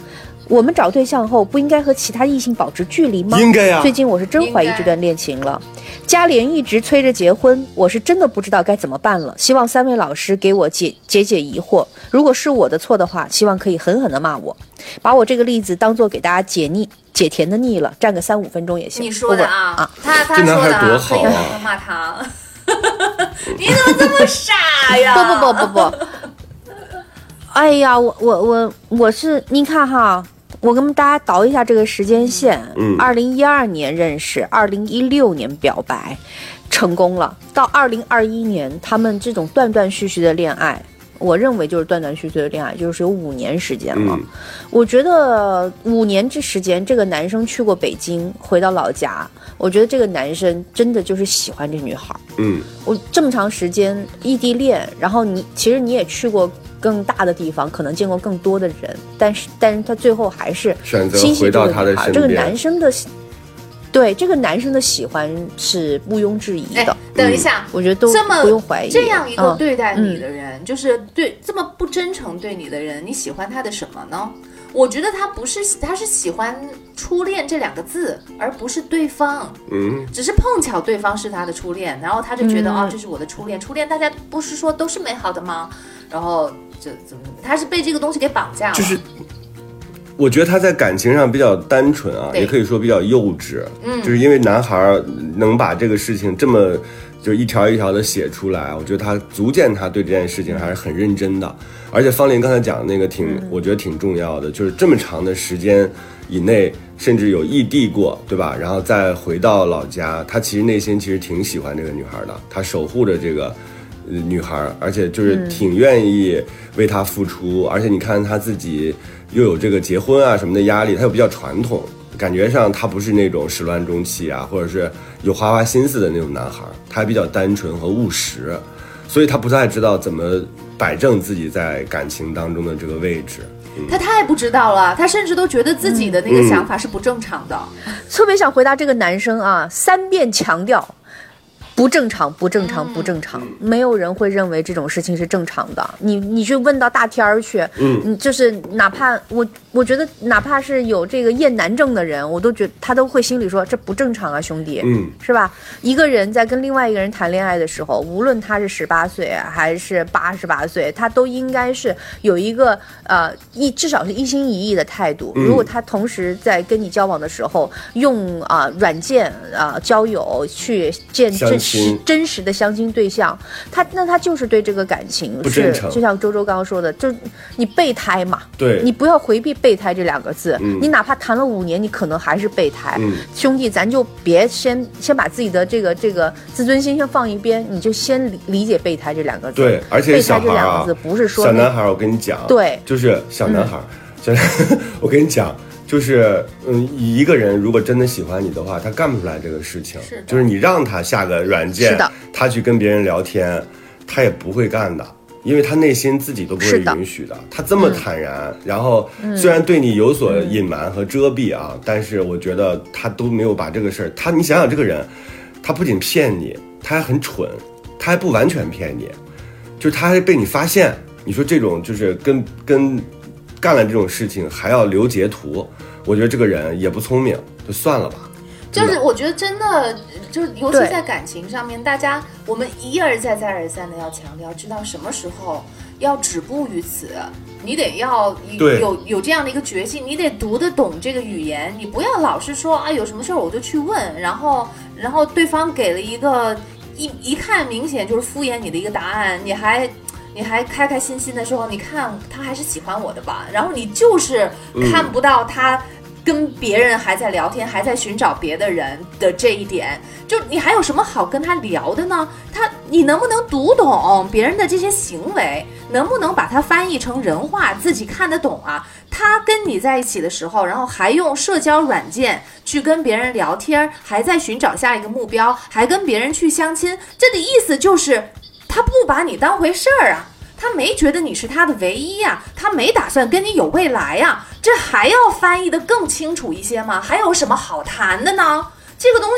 Speaker 4: 我们找对象后不应该和其他异性保持距离吗？
Speaker 3: 应该呀、啊。
Speaker 4: 最近我是真怀疑这段恋情了，家里人一直催着结婚，我是真的不知道该怎么办了。希望三位老师给我解解解疑惑。如果是我的错的话，希望可以狠狠的骂我，把我这个例子当做给大家解腻解甜的腻了，站个三五分钟也行。
Speaker 2: 你说的啊，
Speaker 4: 啊
Speaker 2: 他他说的、啊，
Speaker 3: 这男孩多好啊，
Speaker 2: 可以狠狠骂他。你怎么这么傻呀？
Speaker 4: 不不不不不。哎呀，我我我我是，您看哈，我跟大家倒一下这个时间线。
Speaker 3: 嗯，
Speaker 4: 二零一二年认识，二零一六年表白，成功了。到二零二一年，他们这种断断续续的恋爱，我认为就是断断续续的恋爱，就是有五年时间了。
Speaker 3: 嗯、
Speaker 4: 我觉得五年之时间，这个男生去过北京，回到老家，我觉得这个男生真的就是喜欢这女孩。
Speaker 3: 嗯，
Speaker 4: 我这么长时间异地恋，然后你其实你也去过更大的地方，可能见过更多的人，但是但是他最后还是
Speaker 3: 选择回到他的身边。
Speaker 4: 这个男生的，对这个男生的喜欢是毋庸置疑的。
Speaker 2: 等一下，
Speaker 4: 嗯、我觉得都
Speaker 2: 这么
Speaker 4: 不用怀疑。
Speaker 2: 这样一个对待你的
Speaker 4: 嗯
Speaker 2: 人，嗯、就是对这么不真诚对你的人，你喜欢他的什么呢？我觉得他不是，他是喜欢初恋这两个字，而不是对方。
Speaker 3: 嗯，
Speaker 2: 只是碰巧对方是他的初恋，然后他就觉得、
Speaker 4: 嗯、
Speaker 2: 哦，这是我的初恋。初恋大家不是说都是美好的吗？然后这怎么？他是被这个东西给绑架了。
Speaker 3: 就是，我觉得他在感情上比较单纯啊，也可以说比较幼稚。嗯，就是因为男孩能把这个事情这么就一条一条的写出来，我觉得他足见他对这件事情还是很认真的。而且方林刚才讲的那个挺，嗯、我觉得挺重要的，就是这么长的时间以内，甚至有异地过，对吧？然后再回到老家，他其实内心其实挺喜欢这个女孩的，他守护着这个。呃，女孩，而且就是挺愿意为她付出，嗯、而且你看他自己又有这个结婚啊什么的压力，他又比较传统，感觉上他不是那种始乱终弃啊，或者是有花花心思的那种男孩，他还比较单纯和务实，所以他不太知道怎么摆正自己在感情当中的这个位置。嗯、
Speaker 2: 他太不知道了，他甚至都觉得自己的那个想法是不正常的。
Speaker 4: 嗯、特别想回答这个男生啊，三遍强调。不正常，不正常，不正常，没有人会认为这种事情是正常的。你你去问到大天儿去，嗯，就是哪怕我我觉得哪怕是有这个厌男症的人，我都觉得他都会心里说这不正常啊，兄弟，嗯，是吧？一个人在跟另外一个人谈恋爱的时候，无论他是十八岁还是八十八岁，他都应该是有一个呃一至少是一心一意的态度。嗯、如果他同时在跟你交往的时候用啊、呃、软件啊、呃、交友去见真真实的相亲对象，他那他就是对这个感情是就像周周刚刚说的，就你备胎嘛，
Speaker 3: 对，
Speaker 4: 你不要回避备胎这两个字，嗯、你哪怕谈了五年，你可能还是备胎，嗯、兄弟，咱就别先先把自己的这个这个自尊心先放一边，你就先理理解备胎这两个字，
Speaker 3: 对，而且小孩、啊、
Speaker 4: 备胎这两个字不是说
Speaker 3: 小男孩，我跟你讲，
Speaker 4: 对，
Speaker 3: 就是小男孩，嗯、小我跟你讲。就是嗯，一个人如果真的喜欢你的话，他干不出来这个事情。
Speaker 2: 是，
Speaker 3: 就是你让他下个软件，他去跟别人聊天，他也不会干的，因为他内心自己都不会允许的。的他这么坦然，嗯、然后虽然对你有所隐瞒和遮蔽啊，嗯、但是我觉得他都没有把这个事儿。他，你想想这个人，他不仅骗你，他还很蠢，他还不完全骗你，就是他还被你发现。你说这种就是跟跟。干了这种事情还要留截图，我觉得这个人也不聪明，就算了吧。
Speaker 2: 就是我觉得真的，就是尤其在感情上面，大家我们一而再再而三的要强调，知道什么时候要止步于此，你得要有有这样的一个决心，你得读得懂这个语言，你不要老是说啊有什么事儿我就去问，然后然后对方给了一个一一看明显就是敷衍你的一个答案，你还。你还开开心心的时候，你看他还是喜欢我的吧，然后你就是看不到他跟别人还在聊天，还在寻找别的人的这一点，就你还有什么好跟他聊的呢？他你能不能读懂别人的这些行为，能不能把它翻译成人话，自己看得懂啊？他跟你在一起的时候，然后还用社交软件去跟别人聊天，还在寻找下一个目标，还跟别人去相亲，这的意思就是他不把你当回事儿啊，他没觉得你是他的唯一呀、啊，他没打算跟你有未来呀、啊，这还要翻译得更清楚一些吗？还有什么好谈的呢？这个东西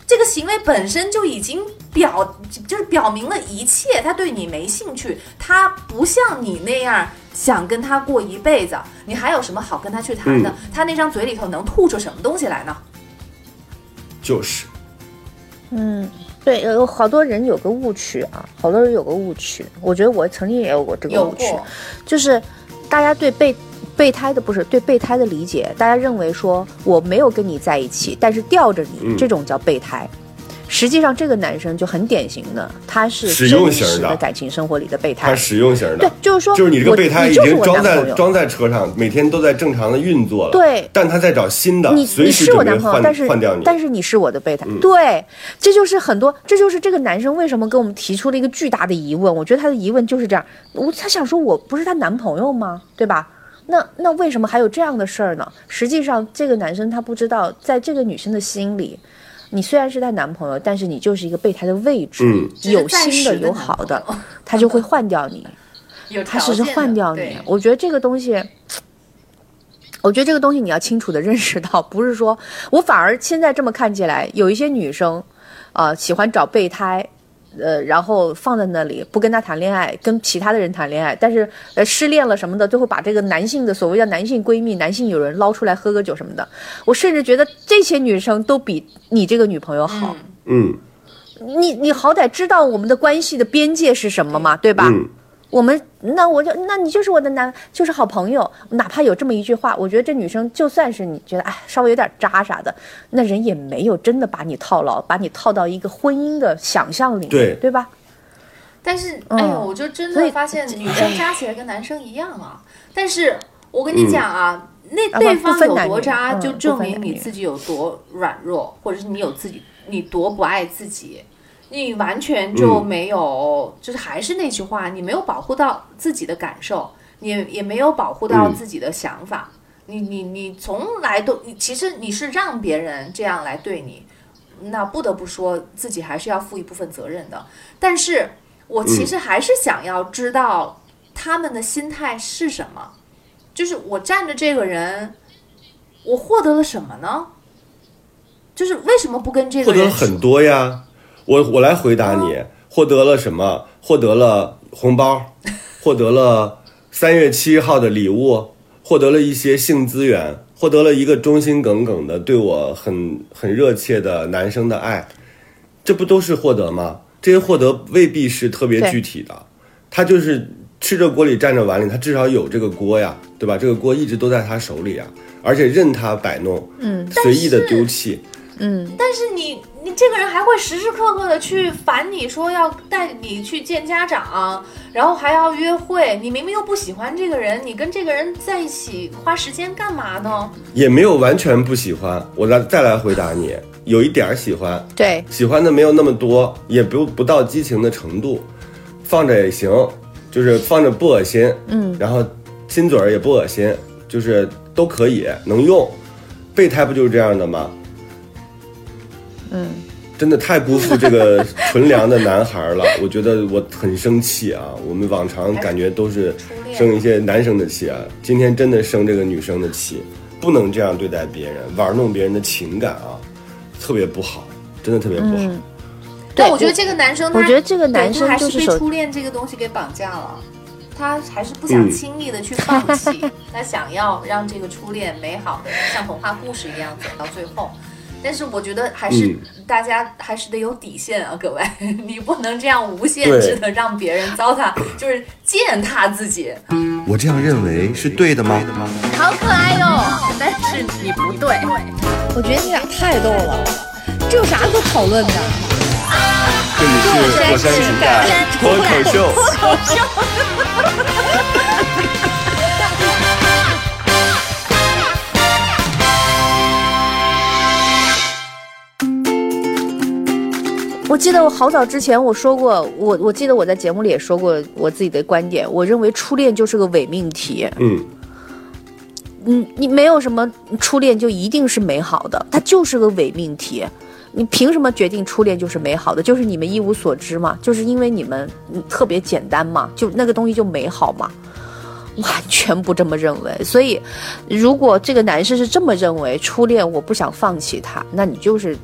Speaker 2: 这个行为本身就已经表就是表明了一切，他对你没兴趣，他不像你那样想跟他过一辈子，你还有什么好跟他去谈的？嗯、他那张嘴里头能吐出什么东西来呢？
Speaker 3: 就是，
Speaker 4: 嗯，对，有好多人有个误区啊，好多人有个误区，我觉得我曾经也有过这个误区，就是大家对备备胎的不是对备胎的理解，大家认为说我没有跟你在一起，但是吊着你，嗯、这种叫备胎。实际上，这个男生就很典型的，他是真实的感情生活里的备胎，
Speaker 3: 他实用型的。
Speaker 4: 对，就是说，
Speaker 3: 就是你这个备胎已经装在装在车上，每天都在正常的运作了。
Speaker 4: 对，
Speaker 3: 但他在找新的，
Speaker 4: 你
Speaker 3: 随时
Speaker 4: 你是我男朋友，但是
Speaker 3: 换掉你，
Speaker 4: 但是你是我的备胎。
Speaker 3: 嗯、
Speaker 4: 对，这就是很多，这就是这个男生为什么给我们提出了一个巨大的疑问。我觉得他的疑问就是这样，我他想说，我不是他男朋友吗？对吧？那那为什么还有这样的事儿呢？实际上，这个男生他不知道，在这个女生的心里。你虽然是她男朋友，但是你就是一个备胎的位置，
Speaker 3: 嗯、
Speaker 4: 有新的有好的，他就会换掉你，他只是换掉你。我觉得这个东西，我觉得这个东西你要清楚的认识到，不是说我反而现在这么看起来，有一些女生，啊、呃，喜欢找备胎。呃，然后放在那里不跟他谈恋爱，跟其他的人谈恋爱，但是呃失恋了什么的，最后把这个男性的所谓的男性闺蜜、男性友人捞出来喝个酒什么的。我甚至觉得这些女生都比你这个女朋友好。
Speaker 3: 嗯，
Speaker 4: 你你好歹知道我们的关系的边界是什么嘛，对吧？
Speaker 3: 嗯。
Speaker 4: 我们那我就那你就是我的男就是好朋友，哪怕有这么一句话，我觉得这女生就算是你觉得哎稍微有点渣啥的，那人也没有真的把你套牢，把你套到一个婚姻的想象里面，
Speaker 3: 对
Speaker 4: 对吧？
Speaker 2: 但是哎呦，我就真的发现女生渣起来跟男生一样啊。但是我跟你讲啊，嗯、那对方有多渣，就证明你自己有多软弱，或者是你有自己你多不爱自己。你完全就没有、嗯、就是还是那句话，你没有保护到自己的感受，你也没有保护到自己的想法、嗯、你你你从来都其实你是让别人这样来对你，那不得不说自己还是要负一部分责任的。但是我其实还是想要知道他们的心态是什么、嗯、就是我站着这个人我获得了什么呢？就是为什么不跟这个人
Speaker 3: 获得了很多呀。我我来回答你，获得了什么？获得了红包，获得了三月七号的礼物，获得了一些性资源，获得了一个忠心耿耿的对我很很热切的男生的爱，这不都是获得吗？这些获得未必是特别具体的，他就是吃着锅里蘸着碗里，他至少有这个锅呀，对吧？这个锅一直都在他手里啊，而且任他摆弄，
Speaker 4: 嗯，
Speaker 3: 随意的丢弃。
Speaker 4: 嗯，
Speaker 2: 但是你你这个人还会时时刻刻的去烦你，说要带你去见家长，然后还要约会，你明明又不喜欢这个人，你跟这个人在一起花时间干嘛呢？
Speaker 3: 也没有完全不喜欢，我来再来回答你，有一点喜欢，
Speaker 4: 对，
Speaker 3: 喜欢的没有那么多，也不不到激情的程度，放着也行，就是放着不恶心，
Speaker 4: 嗯，
Speaker 3: 然后亲嘴也不恶心，就是都可以能用，备胎不就是这样的吗？
Speaker 4: 嗯，
Speaker 3: 真的太辜负这个纯良的男孩了，我觉得我很生气啊！我们往常感觉都是生一些男生的气啊，今天真的生这个女生的气，不能这样对待别人，玩弄别人的情感啊，特别不好，真的特别不好。
Speaker 4: 嗯、
Speaker 2: 但我觉得这个男生他，
Speaker 4: 我觉得这个男生
Speaker 2: 还
Speaker 4: 就是
Speaker 2: 被初恋这个东西给绑架了，他还是不想轻易的去放弃，嗯、他想要让这个初恋美好的像童话故事一样走到最后。但是我觉得还是、嗯、大家还是得有底线啊，各位，你不能这样无限制的让别人糟蹋，就是践踏自己。
Speaker 5: 我这样认为是对的吗？
Speaker 2: 好可爱哟，但是你不对。
Speaker 1: 我觉得你俩太逗了，这有啥可讨论的？
Speaker 3: 这里是火山情感脱口秀。脱口秀。
Speaker 4: 我记得我好早之前我说过，我我记得我在节目里也说过我自己的观点，我认为初恋就是个伪命题。
Speaker 3: 嗯，
Speaker 4: 嗯，你没有什么初恋就一定是美好的，它就是个伪命题。你凭什么决定初恋就是美好的？就是你们一无所知嘛，就是因为你们特别简单嘛，就那个东西就美好嘛。完全不这么认为。所以如果这个男生是这么认为，初恋我不想放弃他，那你就是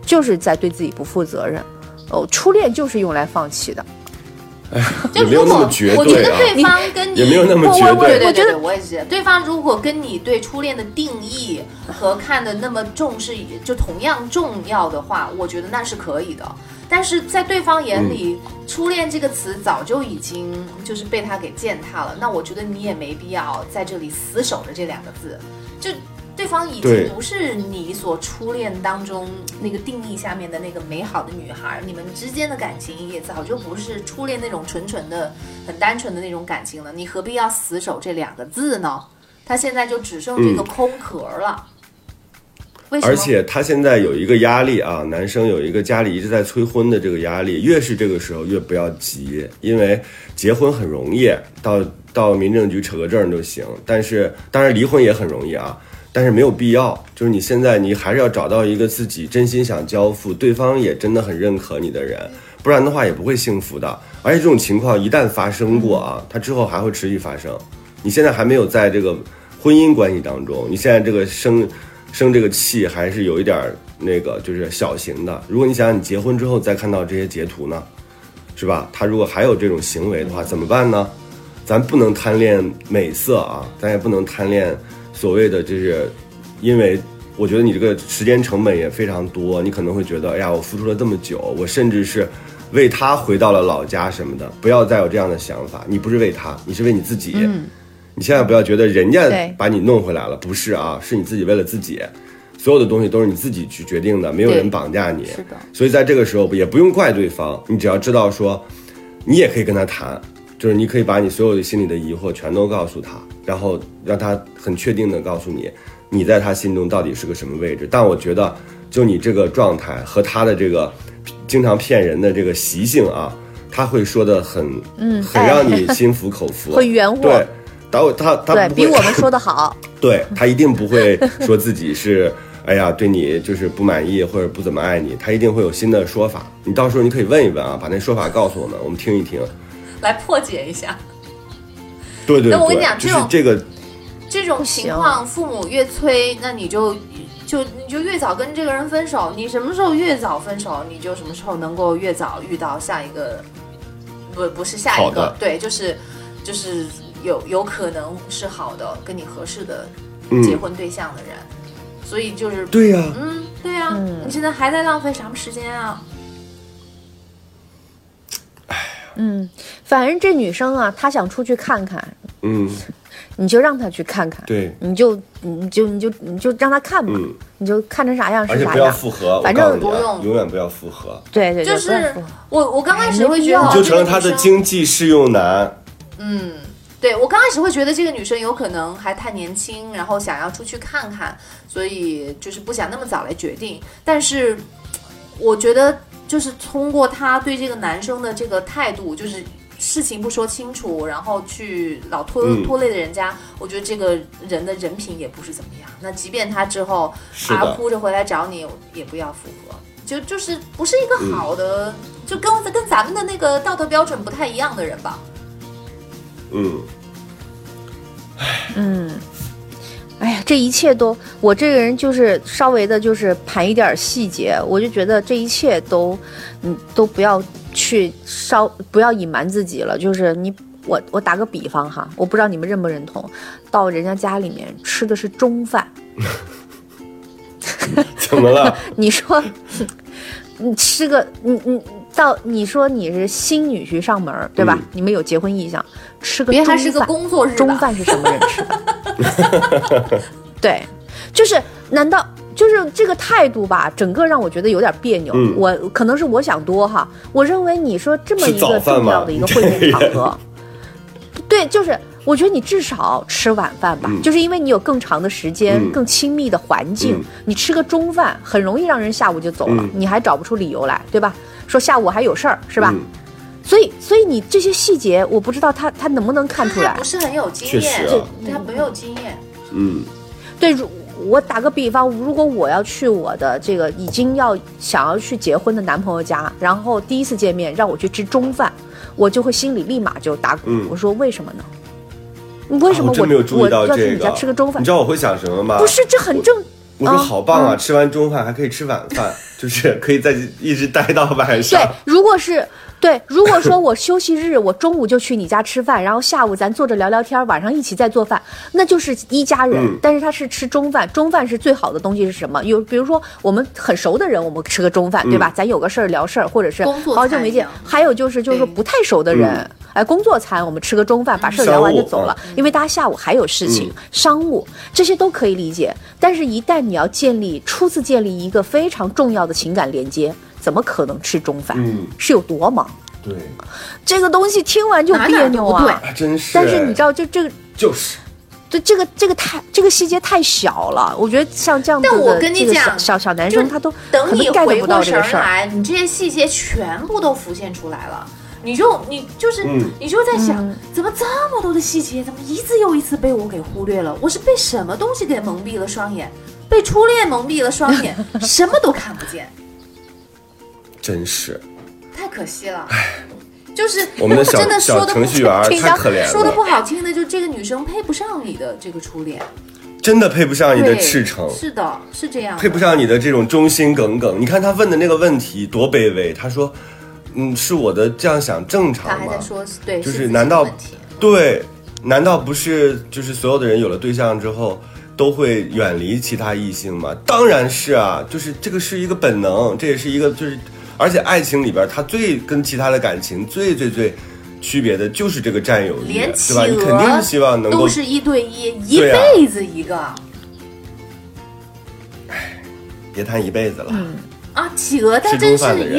Speaker 4: 就是在对自己不负责任。哦，初恋就是用来放弃的。
Speaker 2: 就
Speaker 3: 也没有那么绝对啊，
Speaker 2: 我觉得对方跟你
Speaker 3: 也没有那么绝对。
Speaker 2: 对对对对，我也是。对方如果跟你对初恋的定义和看的那么重视，就同样重要的话，我觉得那是可以的。但是在对方眼里，嗯、初恋这个词早就已经就是被他给践踏了。那我觉得你也没必要在这里死守着这两个字，就。对方已经不是你所初恋当中那个定义下面的那个美好的女孩，你们之间的感情也早就不是初恋那种纯纯的、很单纯的那种感情了。你何必要死守这两个字呢？他现在就只剩这个空壳了。嗯、为什么？
Speaker 3: 而且他现在有一个压力啊，男生有一个家里一直在催婚的这个压力，越是这个时候越不要急，因为结婚很容易，到到民政局扯个证就行。但是当然离婚也很容易啊。但是没有必要，就是你现在你还是要找到一个自己真心想交付，对方也真的很认可你的人，不然的话也不会幸福的。而且这种情况一旦发生过啊，它之后还会持续发生。你现在还没有在这个婚姻关系当中，你现在这个生生这个气还是有一点那个就是小型的。如果你想想你结婚之后再看到这些截图呢，是吧？他如果还有这种行为的话怎么办呢？咱不能贪恋美色啊，咱也不能贪恋所谓的就是，因为我觉得你这个时间成本也非常多，你可能会觉得，哎呀，我付出了这么久，我甚至是为他回到了老家什么的，不要再有这样的想法。你不是为他，你是为你自己。嗯，你千万不要觉得人家把你弄回来了，不是啊，是你自己为了自己，所有的东西都是你自己去决定的，没有人绑架你。是的。所以在这个时候也不用怪对方，你只要知道说，你也可以跟他谈。就是你可以把你所有的心里的疑惑全都告诉他，然后让他很确定的告诉你，你在他心中到底是个什么位置。但我觉得，就你这个状态和他的这个经常骗人的这个习性啊，他会说的很，嗯，很让你心服口服，
Speaker 4: 会圆我。
Speaker 3: 对，他他他
Speaker 4: 对比我们说的好。
Speaker 3: 对，他一定不会说自己是，哎呀，对你就是不满意或者不怎么爱你，他一定会有新的说法。你到时候你可以问一问啊，把那说法告诉我们，我们听一听。
Speaker 2: 来破解一下，
Speaker 3: 对对对。
Speaker 2: 那我跟你讲，这种、
Speaker 3: 就是、这个
Speaker 2: 这种情况，父母越催，那你就就你就越早跟这个人分手。你什么时候越早分手，你就什么时候能够越早遇到下一个，不不是下一个，对，就是就是有有可能是好的，跟你合适的结婚对象的人。嗯、所以就是
Speaker 3: 对呀、啊，
Speaker 2: 嗯，对呀、啊嗯，你现在还在浪费什么时间啊？
Speaker 4: 嗯，反正这女生啊，她想出去看看，
Speaker 3: 嗯，
Speaker 4: 你就让她去看看，
Speaker 3: 对，
Speaker 4: 你就你就你就你就让她看嘛，嗯、你就看成啥样是啥样，
Speaker 3: 而且不要复合，
Speaker 4: 反正
Speaker 2: 不用，
Speaker 3: 永远不要复合。
Speaker 4: 对对，
Speaker 2: 就是我我刚开始会觉得，
Speaker 3: 你就成了他的经济适用男。
Speaker 2: 嗯，对，我刚开始会觉得这个女生有可能还太年轻，然后想要出去看看，所以就是不想那么早来决定。但是我觉得。就是通过他对这个男生的这个态度，就是事情不说清楚，然后去老拖拖累的人家、嗯，我觉得这个人的人品也不是怎么样。那即便他之后啊哭着回来找你，也不要复合，就就是不是一个好的，嗯、就跟跟咱们的那个道德标准不太一样的人吧。
Speaker 3: 嗯，
Speaker 4: 嗯。哎呀，这一切都，我这个人就是稍微的，就是盘一点细节，我就觉得这一切都，嗯，都不要去稍不要隐瞒自己了。就是你，我我打个比方哈，我不知道你们认不认同，到人家家里面吃的是中饭，
Speaker 3: 怎么了？
Speaker 4: 你说，你吃个，你你到你说你是新女婿上门，对吧？嗯、你们有结婚意向，吃个中饭，
Speaker 2: 别还是个工作日，
Speaker 4: 中饭是什么人吃的？对，就是难道就是这个态度吧，整个让我觉得有点别扭、嗯、我可能是我想多哈，我认为你说这么一个重要的一个会面场合，对，就是我觉得你至少吃晚饭吧、嗯、就是因为你有更长的时间、嗯、更亲密的环境、嗯、你吃个中饭很容易让人下午就走了、嗯、你还找不出理由来，对吧？说下午还有事儿是吧、嗯，所以，所以你这些细节，我不知道他他能不能看出来。
Speaker 2: 他不是很有经验，
Speaker 3: 啊、
Speaker 2: 他没有经验。
Speaker 3: 嗯，
Speaker 4: 对，我打个比方，如果我要去我的这个已经要想要去结婚的男朋友家，然后第一次见面让我去吃中饭，我就会心里立马就打鼓、嗯。我说为什么呢？为什么我、
Speaker 3: 啊、我真没有注意到这个？
Speaker 4: 我要去你家吃个中饭，
Speaker 3: 你知道我会想什么吗？
Speaker 4: 不是，这很正。
Speaker 3: 我说好棒啊，嗯、吃完中饭还可以吃晚饭，就是可以再一直待到晚上。
Speaker 4: 对，如果是对，如果说我休息日，我中午就去你家吃饭，然后下午咱坐着聊聊天，晚上一起再做饭，那就是一家人。嗯、但是他是吃中饭，中饭是最好的东西是什么？有比如说我们很熟的人，我们吃个中饭，嗯、对吧？咱有个事儿聊事儿，或者是好久没见。还有就是就是说不太熟的人，嗯、哎，工作餐我们吃个中饭，把事儿聊完就走了，因为大家下午还有事情，嗯、商务这些都可以理解。但是，一旦你要建立初次建立一个非常重要的情感连接。怎么可能吃中饭？嗯，是有多忙？
Speaker 3: 对，
Speaker 4: 这个东西听完就别扭啊！
Speaker 2: 哪哪
Speaker 3: 对，真是。
Speaker 4: 但是你知道，就这个
Speaker 3: 就是，
Speaker 4: 对这个这个太这个细节太小了。我觉得像这样子的，
Speaker 2: 但我跟你讲，
Speaker 4: 小小男生他都
Speaker 2: 等你回过神
Speaker 4: 来，
Speaker 2: 你这些细节全部都浮现出来了。你就你就是、嗯、你就在想、嗯，怎么这么多的细节，怎么一次又一次被我给忽略了？我是被什么东西给蒙蔽了双眼？被初恋蒙蔽了双眼，什么都看不见。
Speaker 3: 真是，
Speaker 2: 太可惜了。就是
Speaker 3: 我们的小
Speaker 2: 真的说的
Speaker 3: 小程序员太可怜了。
Speaker 2: 说的不好听的，就这个女生配不上你的这个初恋，
Speaker 3: 真的配不上你的赤诚。
Speaker 2: 是的，是这样的，
Speaker 3: 配不上你的这种忠心耿耿。你看他问的那个问题多卑微，他说：“嗯，是我的这样想正常吗？”
Speaker 2: 他还在说，对，
Speaker 3: 就是难道对？难道不是就是所有的人有了对象之后？都会远离其他异性吗？当然是啊，就是这个是一个本能，这也是一个就是，而且爱情里边它最跟其他的感情最最最区别的就是这个占有欲，
Speaker 2: 连
Speaker 3: 对吧？你肯定是希望能够
Speaker 2: 都是一对一，一辈子一个。
Speaker 3: 哎、啊，别谈一辈子了。
Speaker 2: 嗯啊，企鹅但真是一，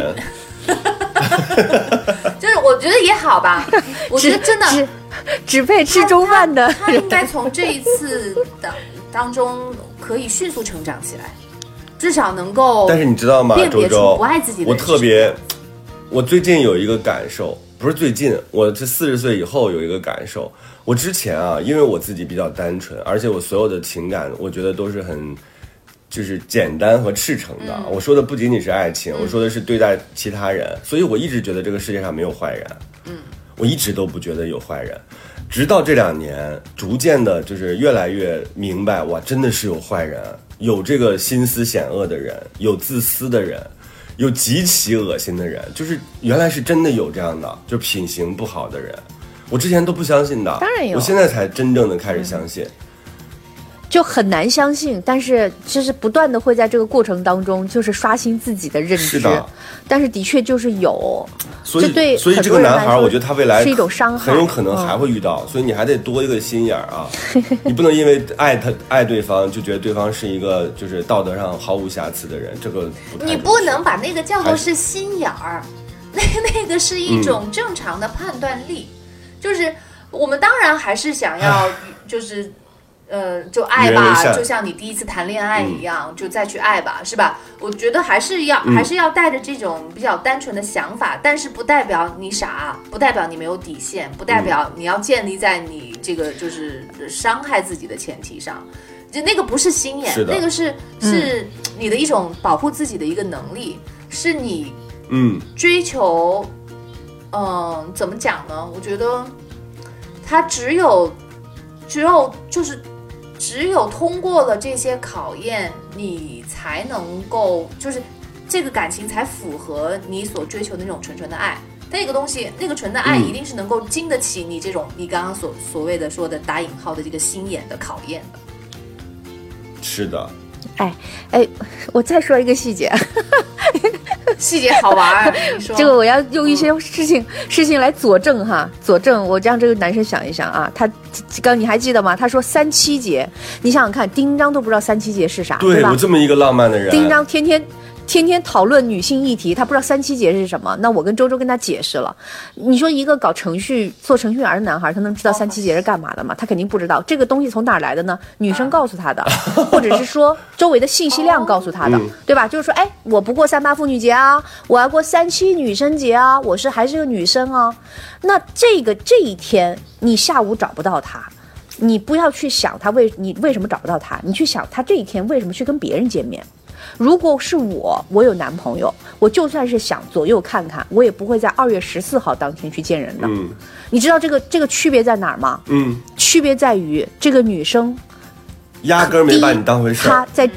Speaker 2: 就是我觉得也好吧，我觉得真的
Speaker 4: 只只配吃中饭的
Speaker 2: 他，他应该从这一次的。当中可以迅速成长起来，至少能够。
Speaker 3: 但是你知道吗，周周，
Speaker 2: 不爱自己的人，
Speaker 3: 我特别，我最近有一个感受，不是最近，我这四十岁以后有一个感受。我之前啊，因为我自己比较单纯，而且我所有的情感，我觉得都是很，就是简单和赤诚的。嗯、我说的不仅仅是爱情，嗯、我说的是对待其他人，所以我一直觉得这个世界上没有坏人。嗯，我一直都不觉得有坏人。直到这两年，逐渐的，就是越来越明白，哇，真的是有坏人，有这个心思险恶的人，有自私的人，有极其恶心的人，就是原来是真的有这样的，就品行不好的人，我之前都不相信的，
Speaker 4: 当然有，
Speaker 3: 我现在才真正的开始相信。嗯，
Speaker 4: 就很难相信，但是就是不断的会在这个过程当中，就是刷新自己的认知。
Speaker 3: 是的，
Speaker 4: 但是的确就是有，
Speaker 3: 所以
Speaker 4: 对
Speaker 3: 所以这个男孩，我觉得他未来
Speaker 4: 是一种伤害，
Speaker 3: 很有可能还会遇到，嗯、所以你还得多一个心眼啊！你不能因为爱他爱对方，就觉得对方是一个就是道德上毫无瑕疵的人，这个不
Speaker 2: 你不能把那个叫做是心眼儿，那那个是一种正常的判断力，嗯、就是我们当然还是想要就是。呃，就爱吧，就像你第一次谈恋爱一样，嗯、就再去爱吧，是吧？我觉得还是要、嗯、还是要带着这种比较单纯的想法，但是不代表你傻，不代表你没有底线，不代表你要建立在你这个就是伤害自己的前提上，就那个不是心眼，那个是是你的一种保护自己的一个能力，是你嗯追求，嗯、呃，怎么讲呢？我觉得它只有只有就是。只有通过了这些考验，你才能够就是这个感情才符合你所追求的那种纯纯的爱。那个东西，那个纯的爱一定是能够经得起你这种、嗯、你刚刚所所谓的说的打引号的这个心眼的考验的。
Speaker 3: 是的。
Speaker 4: 哎哎，我再说一个细节。
Speaker 2: 细节好玩，你说
Speaker 4: 这个我要用一些事情、嗯、事情来佐证哈，佐证我让这个男生想一想啊，他刚你还记得吗？他说三七节，你想想看，丁章都不知道三七节是啥，
Speaker 3: 对,
Speaker 4: 对吧？
Speaker 3: 我这么一个浪漫的人，
Speaker 4: 丁章天天天天讨论女性议题，他不知道三七节是什么。那我跟周周跟他解释了，你说一个搞程序做程序员的男孩，他能知道三七节是干嘛的吗？他肯定不知道。这个东西从哪儿来的呢？女生告诉他的，或者是说周围的信息量告诉他的，对吧？就是说，哎，我不过三八妇女节啊，我要过三七女生节啊，我是还是个女生啊。那这个这一天，你下午找不到他。你不要去想他为你为什么找不到他，你去想他这一天为什么去跟别人见面。如果是我，我有男朋友，我就算是想左右看看，我也不会在二月十四号当天去见人的。嗯，你知道这个这个区别在哪儿吗？嗯，区别在于这个女生
Speaker 3: 压根儿没把你当回事儿。
Speaker 4: 她在，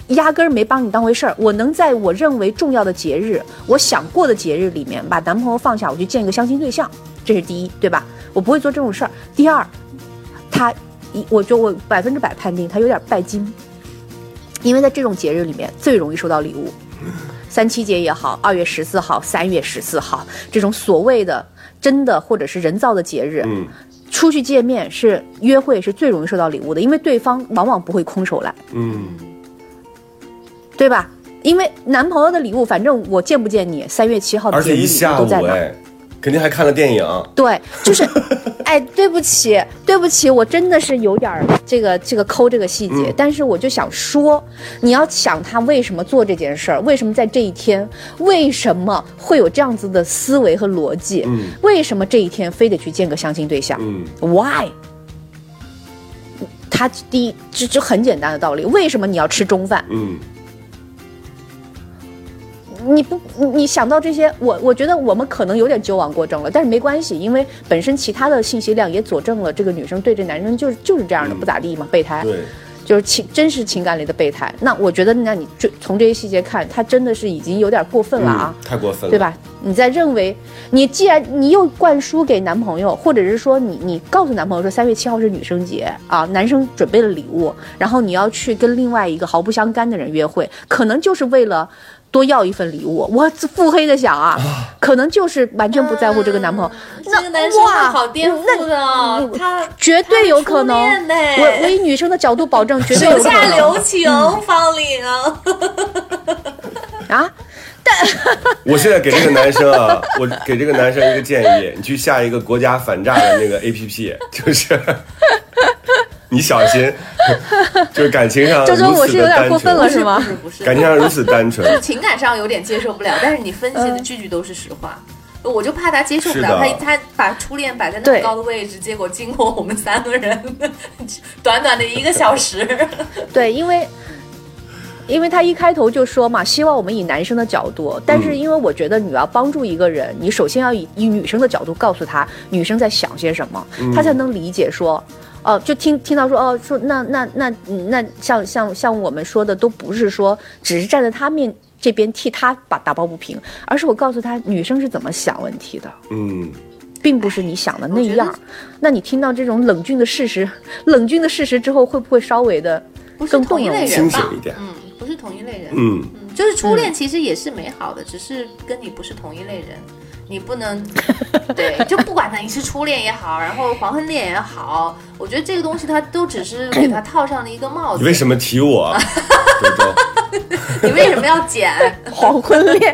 Speaker 4: 压根儿没把你当回事儿。我能在我认为重要的节日，我想过的节日里面，把男朋友放下，我去见一个相亲对象，这是第一，对吧？我不会做这种事儿。第二，他，我就我百分之百判定他有点拜金，因为在这种节日里面最容易收到礼物。三七节也好，二月十四号、三月十四号这种所谓的真的或者是人造的节日，嗯，出去见面是约会是最容易收到礼物的，因为对方往往不会空手来，
Speaker 3: 嗯，
Speaker 4: 对吧？因为男朋友的礼物，反正我见不见你，三月七号的节日都在那。
Speaker 3: 肯定还看了电影，
Speaker 4: 对，就是，哎，对不起，对不起，我真的是有点这个这个抠这个细节，嗯、但是我就想说，你要想他为什么做这件事儿，为什么在这一天，为什么会有这样子的思维和逻辑，嗯、为什么这一天非得去见个相亲对象，嗯、？Why？ 他第一，这这很简单的道理，为什么你要吃中饭？嗯。你不，你想到这些，我我觉得我们可能有点矫枉过正了，但是没关系，因为本身其他的信息量也佐证了这个女生对这男生就是就是这样的，不咋地嘛，备胎，
Speaker 3: 对，
Speaker 4: 就是情真实情感里的备胎。那我觉得，那你就从这些细节看，他真的是已经有点过分了啊，
Speaker 3: 嗯、太过分了，
Speaker 4: 对吧？你在认为，你既然你又灌输给男朋友，或者是说你你告诉男朋友说三月七号是女生节啊，男生准备了礼物，然后你要去跟另外一个毫不相干的人约会，可能就是为了。多要一份礼物，我腹黑的想啊，可能就是完全不在乎这个男朋友。
Speaker 2: 嗯、那这个男生好颠覆的、哦，他
Speaker 4: 绝对有可能。我我以女生的角度保证，绝对有可能。
Speaker 2: 手下留情，嗯、方玲啊。
Speaker 4: 啊，但
Speaker 3: 我现在给这个男生啊，我给这个男生一个建议，你去下一个国家反诈的那个 A P P， 就是。你小心，就是感情上
Speaker 4: 就说我是有点过分了是吗？
Speaker 2: 不是不是，
Speaker 3: 感情上如此单纯，
Speaker 2: 就是情感上有点接受不了，但是你分析的句句都是实话，嗯、我就怕他接受不了，他他把初恋摆在那么高的位置，结果经过我们三个人短短的一个小时，
Speaker 4: 对，因为。因为他一开头就说嘛，希望我们以男生的角度，但是因为我觉得你要帮助一个人，你首先要以以女生的角度告诉他女生在想些什么，嗯、他才能理解说，哦、呃，就听听到说哦，说那那那那像像像我们说的都不是说只是站在他面这边替他把打抱不平，而是我告诉他女生是怎么想问题的，嗯。并不是你想的那样，那你听到这种冷峻的事实，冷峻的事实之后，会不会稍微的更动人、
Speaker 3: 清醒一点？
Speaker 2: 嗯，不是同一类人。
Speaker 3: 嗯
Speaker 2: 嗯，就是初恋其实也是美好的，嗯、只是跟你不是同一类人，你不能对，就不管他你是初恋也好，然后黄昏恋也好，我觉得这个东西它都只是给他套上了一个帽子。
Speaker 3: 你为什么提我？周周
Speaker 2: 你为什么要剪
Speaker 4: 黄昏恋？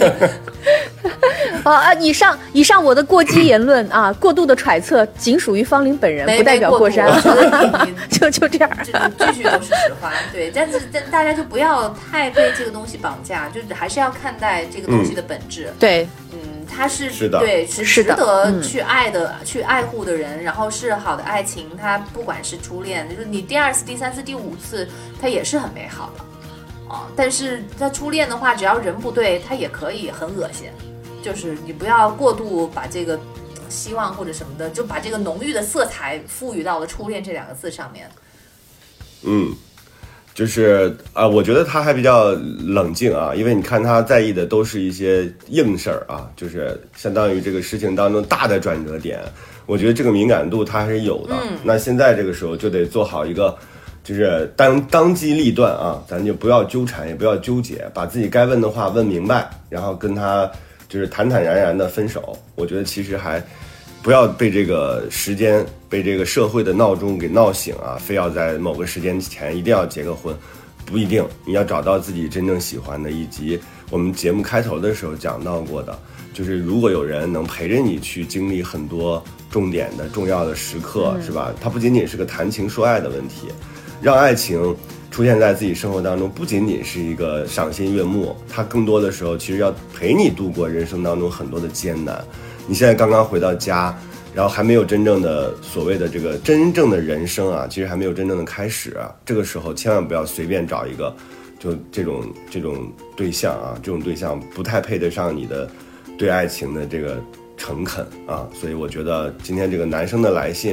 Speaker 4: 啊！以上以上我的过激言论啊，过度的揣测仅属于方玲本人，不代表过山。就就这样，
Speaker 2: 句句都是实话。对，但是但大家就不要太被这个东西绑架，就还是要看待这个东西的本质。
Speaker 4: 嗯、对，
Speaker 2: 嗯，它是
Speaker 3: 是的，
Speaker 2: 对，是值得去爱的、嗯、去爱护的人，然后是好的爱情。它不管是初恋，就是你第二次、第三次、第五次，它也是很美好的。哦，但是在初恋的话，只要人不对，它也可以很恶心。就是你不要过度把这个希望或者什么的，就把这个浓郁的色彩赋予到了初恋这两个字上面。
Speaker 3: 嗯，就是啊、呃，我觉得他还比较冷静啊，因为你看他在意的都是一些硬事儿啊，就是相当于这个事情当中大的转折点，我觉得这个敏感度他还是有的。嗯，那现在这个时候就得做好一个。就是当当机立断啊，咱就不要纠缠，也不要纠结，把自己该问的话问明白，然后跟他就是坦坦然然的分手。我觉得其实还不要被这个时间、被这个社会的闹钟给闹醒啊，非要在某个时间前一定要结个婚，不一定。你要找到自己真正喜欢的，以及我们节目开头的时候讲到过的，就是如果有人能陪着你去经历很多重点的重要的时刻，嗯、是吧？它不仅仅是个谈情说爱的问题。让爱情出现在自己生活当中，不仅仅是一个赏心悦目，它更多的时候其实要陪你度过人生当中很多的艰难。你现在刚刚回到家，然后还没有真正的所谓的这个真正的人生啊，其实还没有真正的开始啊。这个时候千万不要随便找一个就这种这种对象啊，这种对象不太配得上你的对爱情的这个诚恳啊。所以我觉得今天这个男生的来信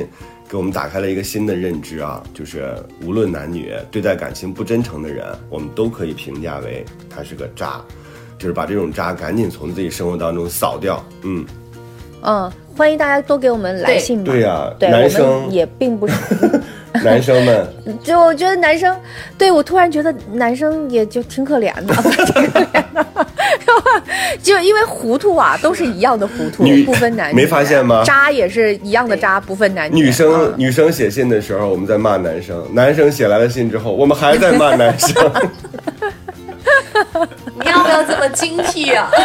Speaker 3: 给我们打开了一个新的认知啊，就是无论男女，对待感情不真诚的人，我们都可以评价为他是个渣，就是把这种渣赶紧从自己生活当中扫掉。嗯
Speaker 4: 嗯，欢迎大家多给我们来信嘛。
Speaker 3: 对呀、啊，
Speaker 4: 对，
Speaker 3: 男生
Speaker 4: 我们也并不是。
Speaker 3: 男生们，
Speaker 4: 就我觉得男生，对我突然觉得男生也就挺可怜的，挺可怜的，就因为糊涂啊，都是一样的糊涂，不分男女。
Speaker 3: 没发现吗？
Speaker 4: 渣也是一样的渣，不分男女。
Speaker 3: 女生、
Speaker 4: 嗯、
Speaker 3: 女生写信的时候，我们在骂男生；男生写来了信之后，我们还在骂男生。
Speaker 2: 你要不要这么精辟啊？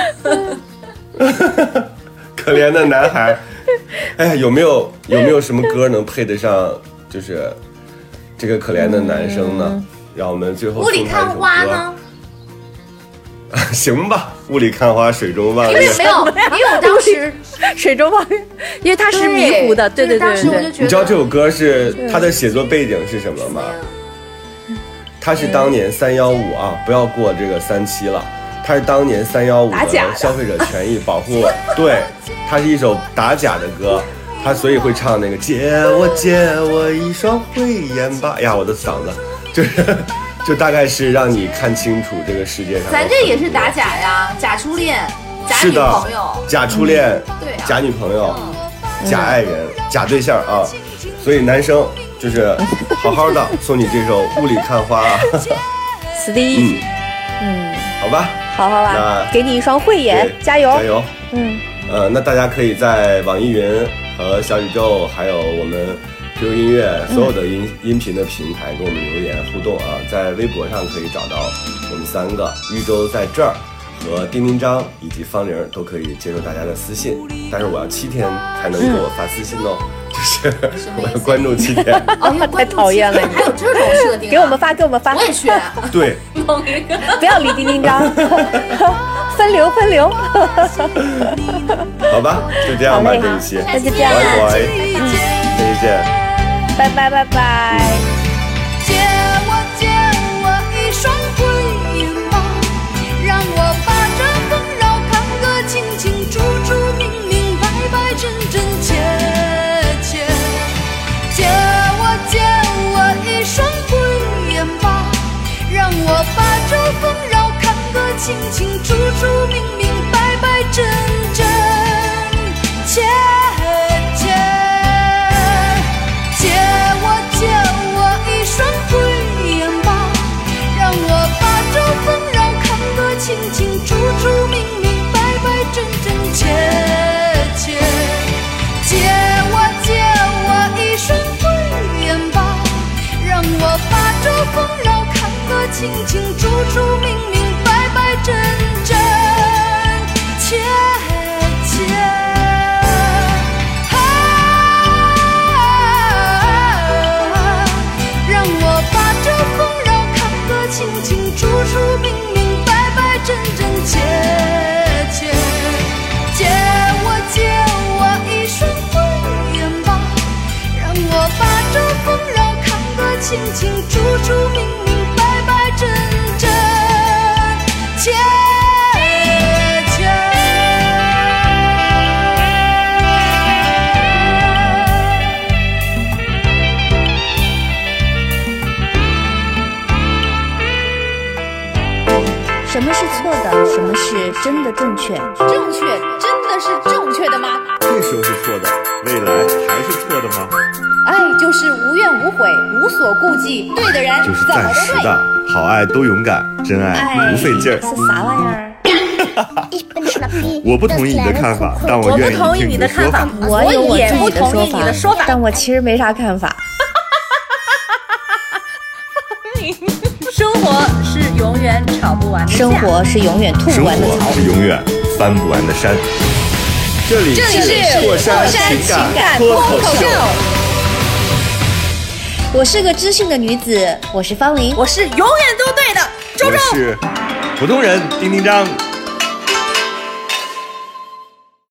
Speaker 3: 可怜的男孩，哎呀，有没有有没有什么歌能配得上？就是这个可怜的男生呢，嗯、让我们最后
Speaker 2: 雾里看花呢？
Speaker 3: 行吧，雾里看花，水中望月。
Speaker 2: 因为没有，因为我当时
Speaker 4: 水中望月，因为它是迷糊的，对对对对对。
Speaker 3: 你知道这首歌是它的写作背景是什么吗？它是当年三幺五啊，不要过这个三七了。它是当年三幺五的消费者权益保护，对，它是一首打假的歌。他所以会唱那个借我借我一双慧眼吧，哎呀，我的嗓子就是就大概是让你看清楚这个世界上。
Speaker 2: 咱这也是打假呀，假初恋，假女朋友，
Speaker 3: 假初恋，
Speaker 2: 嗯、对、啊，
Speaker 3: 假女朋友，
Speaker 2: 嗯、
Speaker 3: 假爱人，嗯、假对象啊。所以男生就是好好的送你这首《雾里看花》啊。
Speaker 4: 是的，嗯嗯，
Speaker 3: 好吧，
Speaker 4: 好好吧，那给你一双慧眼，加油，
Speaker 3: 加油，
Speaker 4: 嗯。
Speaker 3: 呃，那大家可以在网易云和小宇宙，还有我们 Q Q 音乐所有的音、嗯、音频的平台给我们留言互动啊，在微博上可以找到我们三个，豫州在这儿和丁丁张以及方玲都可以接受大家的私信，但是我要七天才能给我发私信哦，嗯、就是我要关注七天。
Speaker 2: 哦，
Speaker 4: 太讨厌了，
Speaker 2: 还有这种设定、啊？
Speaker 4: 给我们发，给我们发，
Speaker 2: 我也去。
Speaker 3: 对，
Speaker 4: 不要理丁丁张。分流分流，
Speaker 3: 好吧，就这样吧，这一期，
Speaker 4: 那就这样，
Speaker 3: 拜拜，嗯，下期见，
Speaker 4: 拜拜拜拜。
Speaker 6: 借我借我一双慧眼吧，让我把这纷扰看个清清楚楚、明明白白、真真切切。借我借我一双慧眼吧，让我把这纷扰看个清清楚楚、明明白白、真真切切。借我借我一双慧眼吧，让我把这纷扰看个清清楚楚、明明白白、真真切切。借我借我一双慧眼吧，让我把这纷扰看个清清楚楚、明明白白、真真切切。让我把这纷扰看个清清楚楚、明明白白、真真切切。借我借我一双慧眼吧，让我把这纷扰看个清清楚楚、明明白白、真真切切。
Speaker 4: 什么是错的？什么是真的正确？
Speaker 2: 正确真的是正确的吗？
Speaker 5: 这时候是错的，未来还是错的吗？
Speaker 2: 爱就是无怨无悔，无所顾忌，对的人
Speaker 5: 就是暂时的，好爱都勇敢，真爱不费劲儿。
Speaker 4: 是啥玩意儿？
Speaker 5: 我不同意你的看法，但我愿意听你的说法。
Speaker 4: 我有我自己的说法，但我其实没啥看法。
Speaker 1: 生活是永远吵不完的架，
Speaker 4: 生活是永远吐不完的槽，
Speaker 5: 生活是永远翻不完的山。
Speaker 3: 这里是过山情感脱口秀。
Speaker 4: 我是个知性的女子，我是方玲，
Speaker 1: 我是永远都对的周周，
Speaker 5: 我是普通人丁丁张。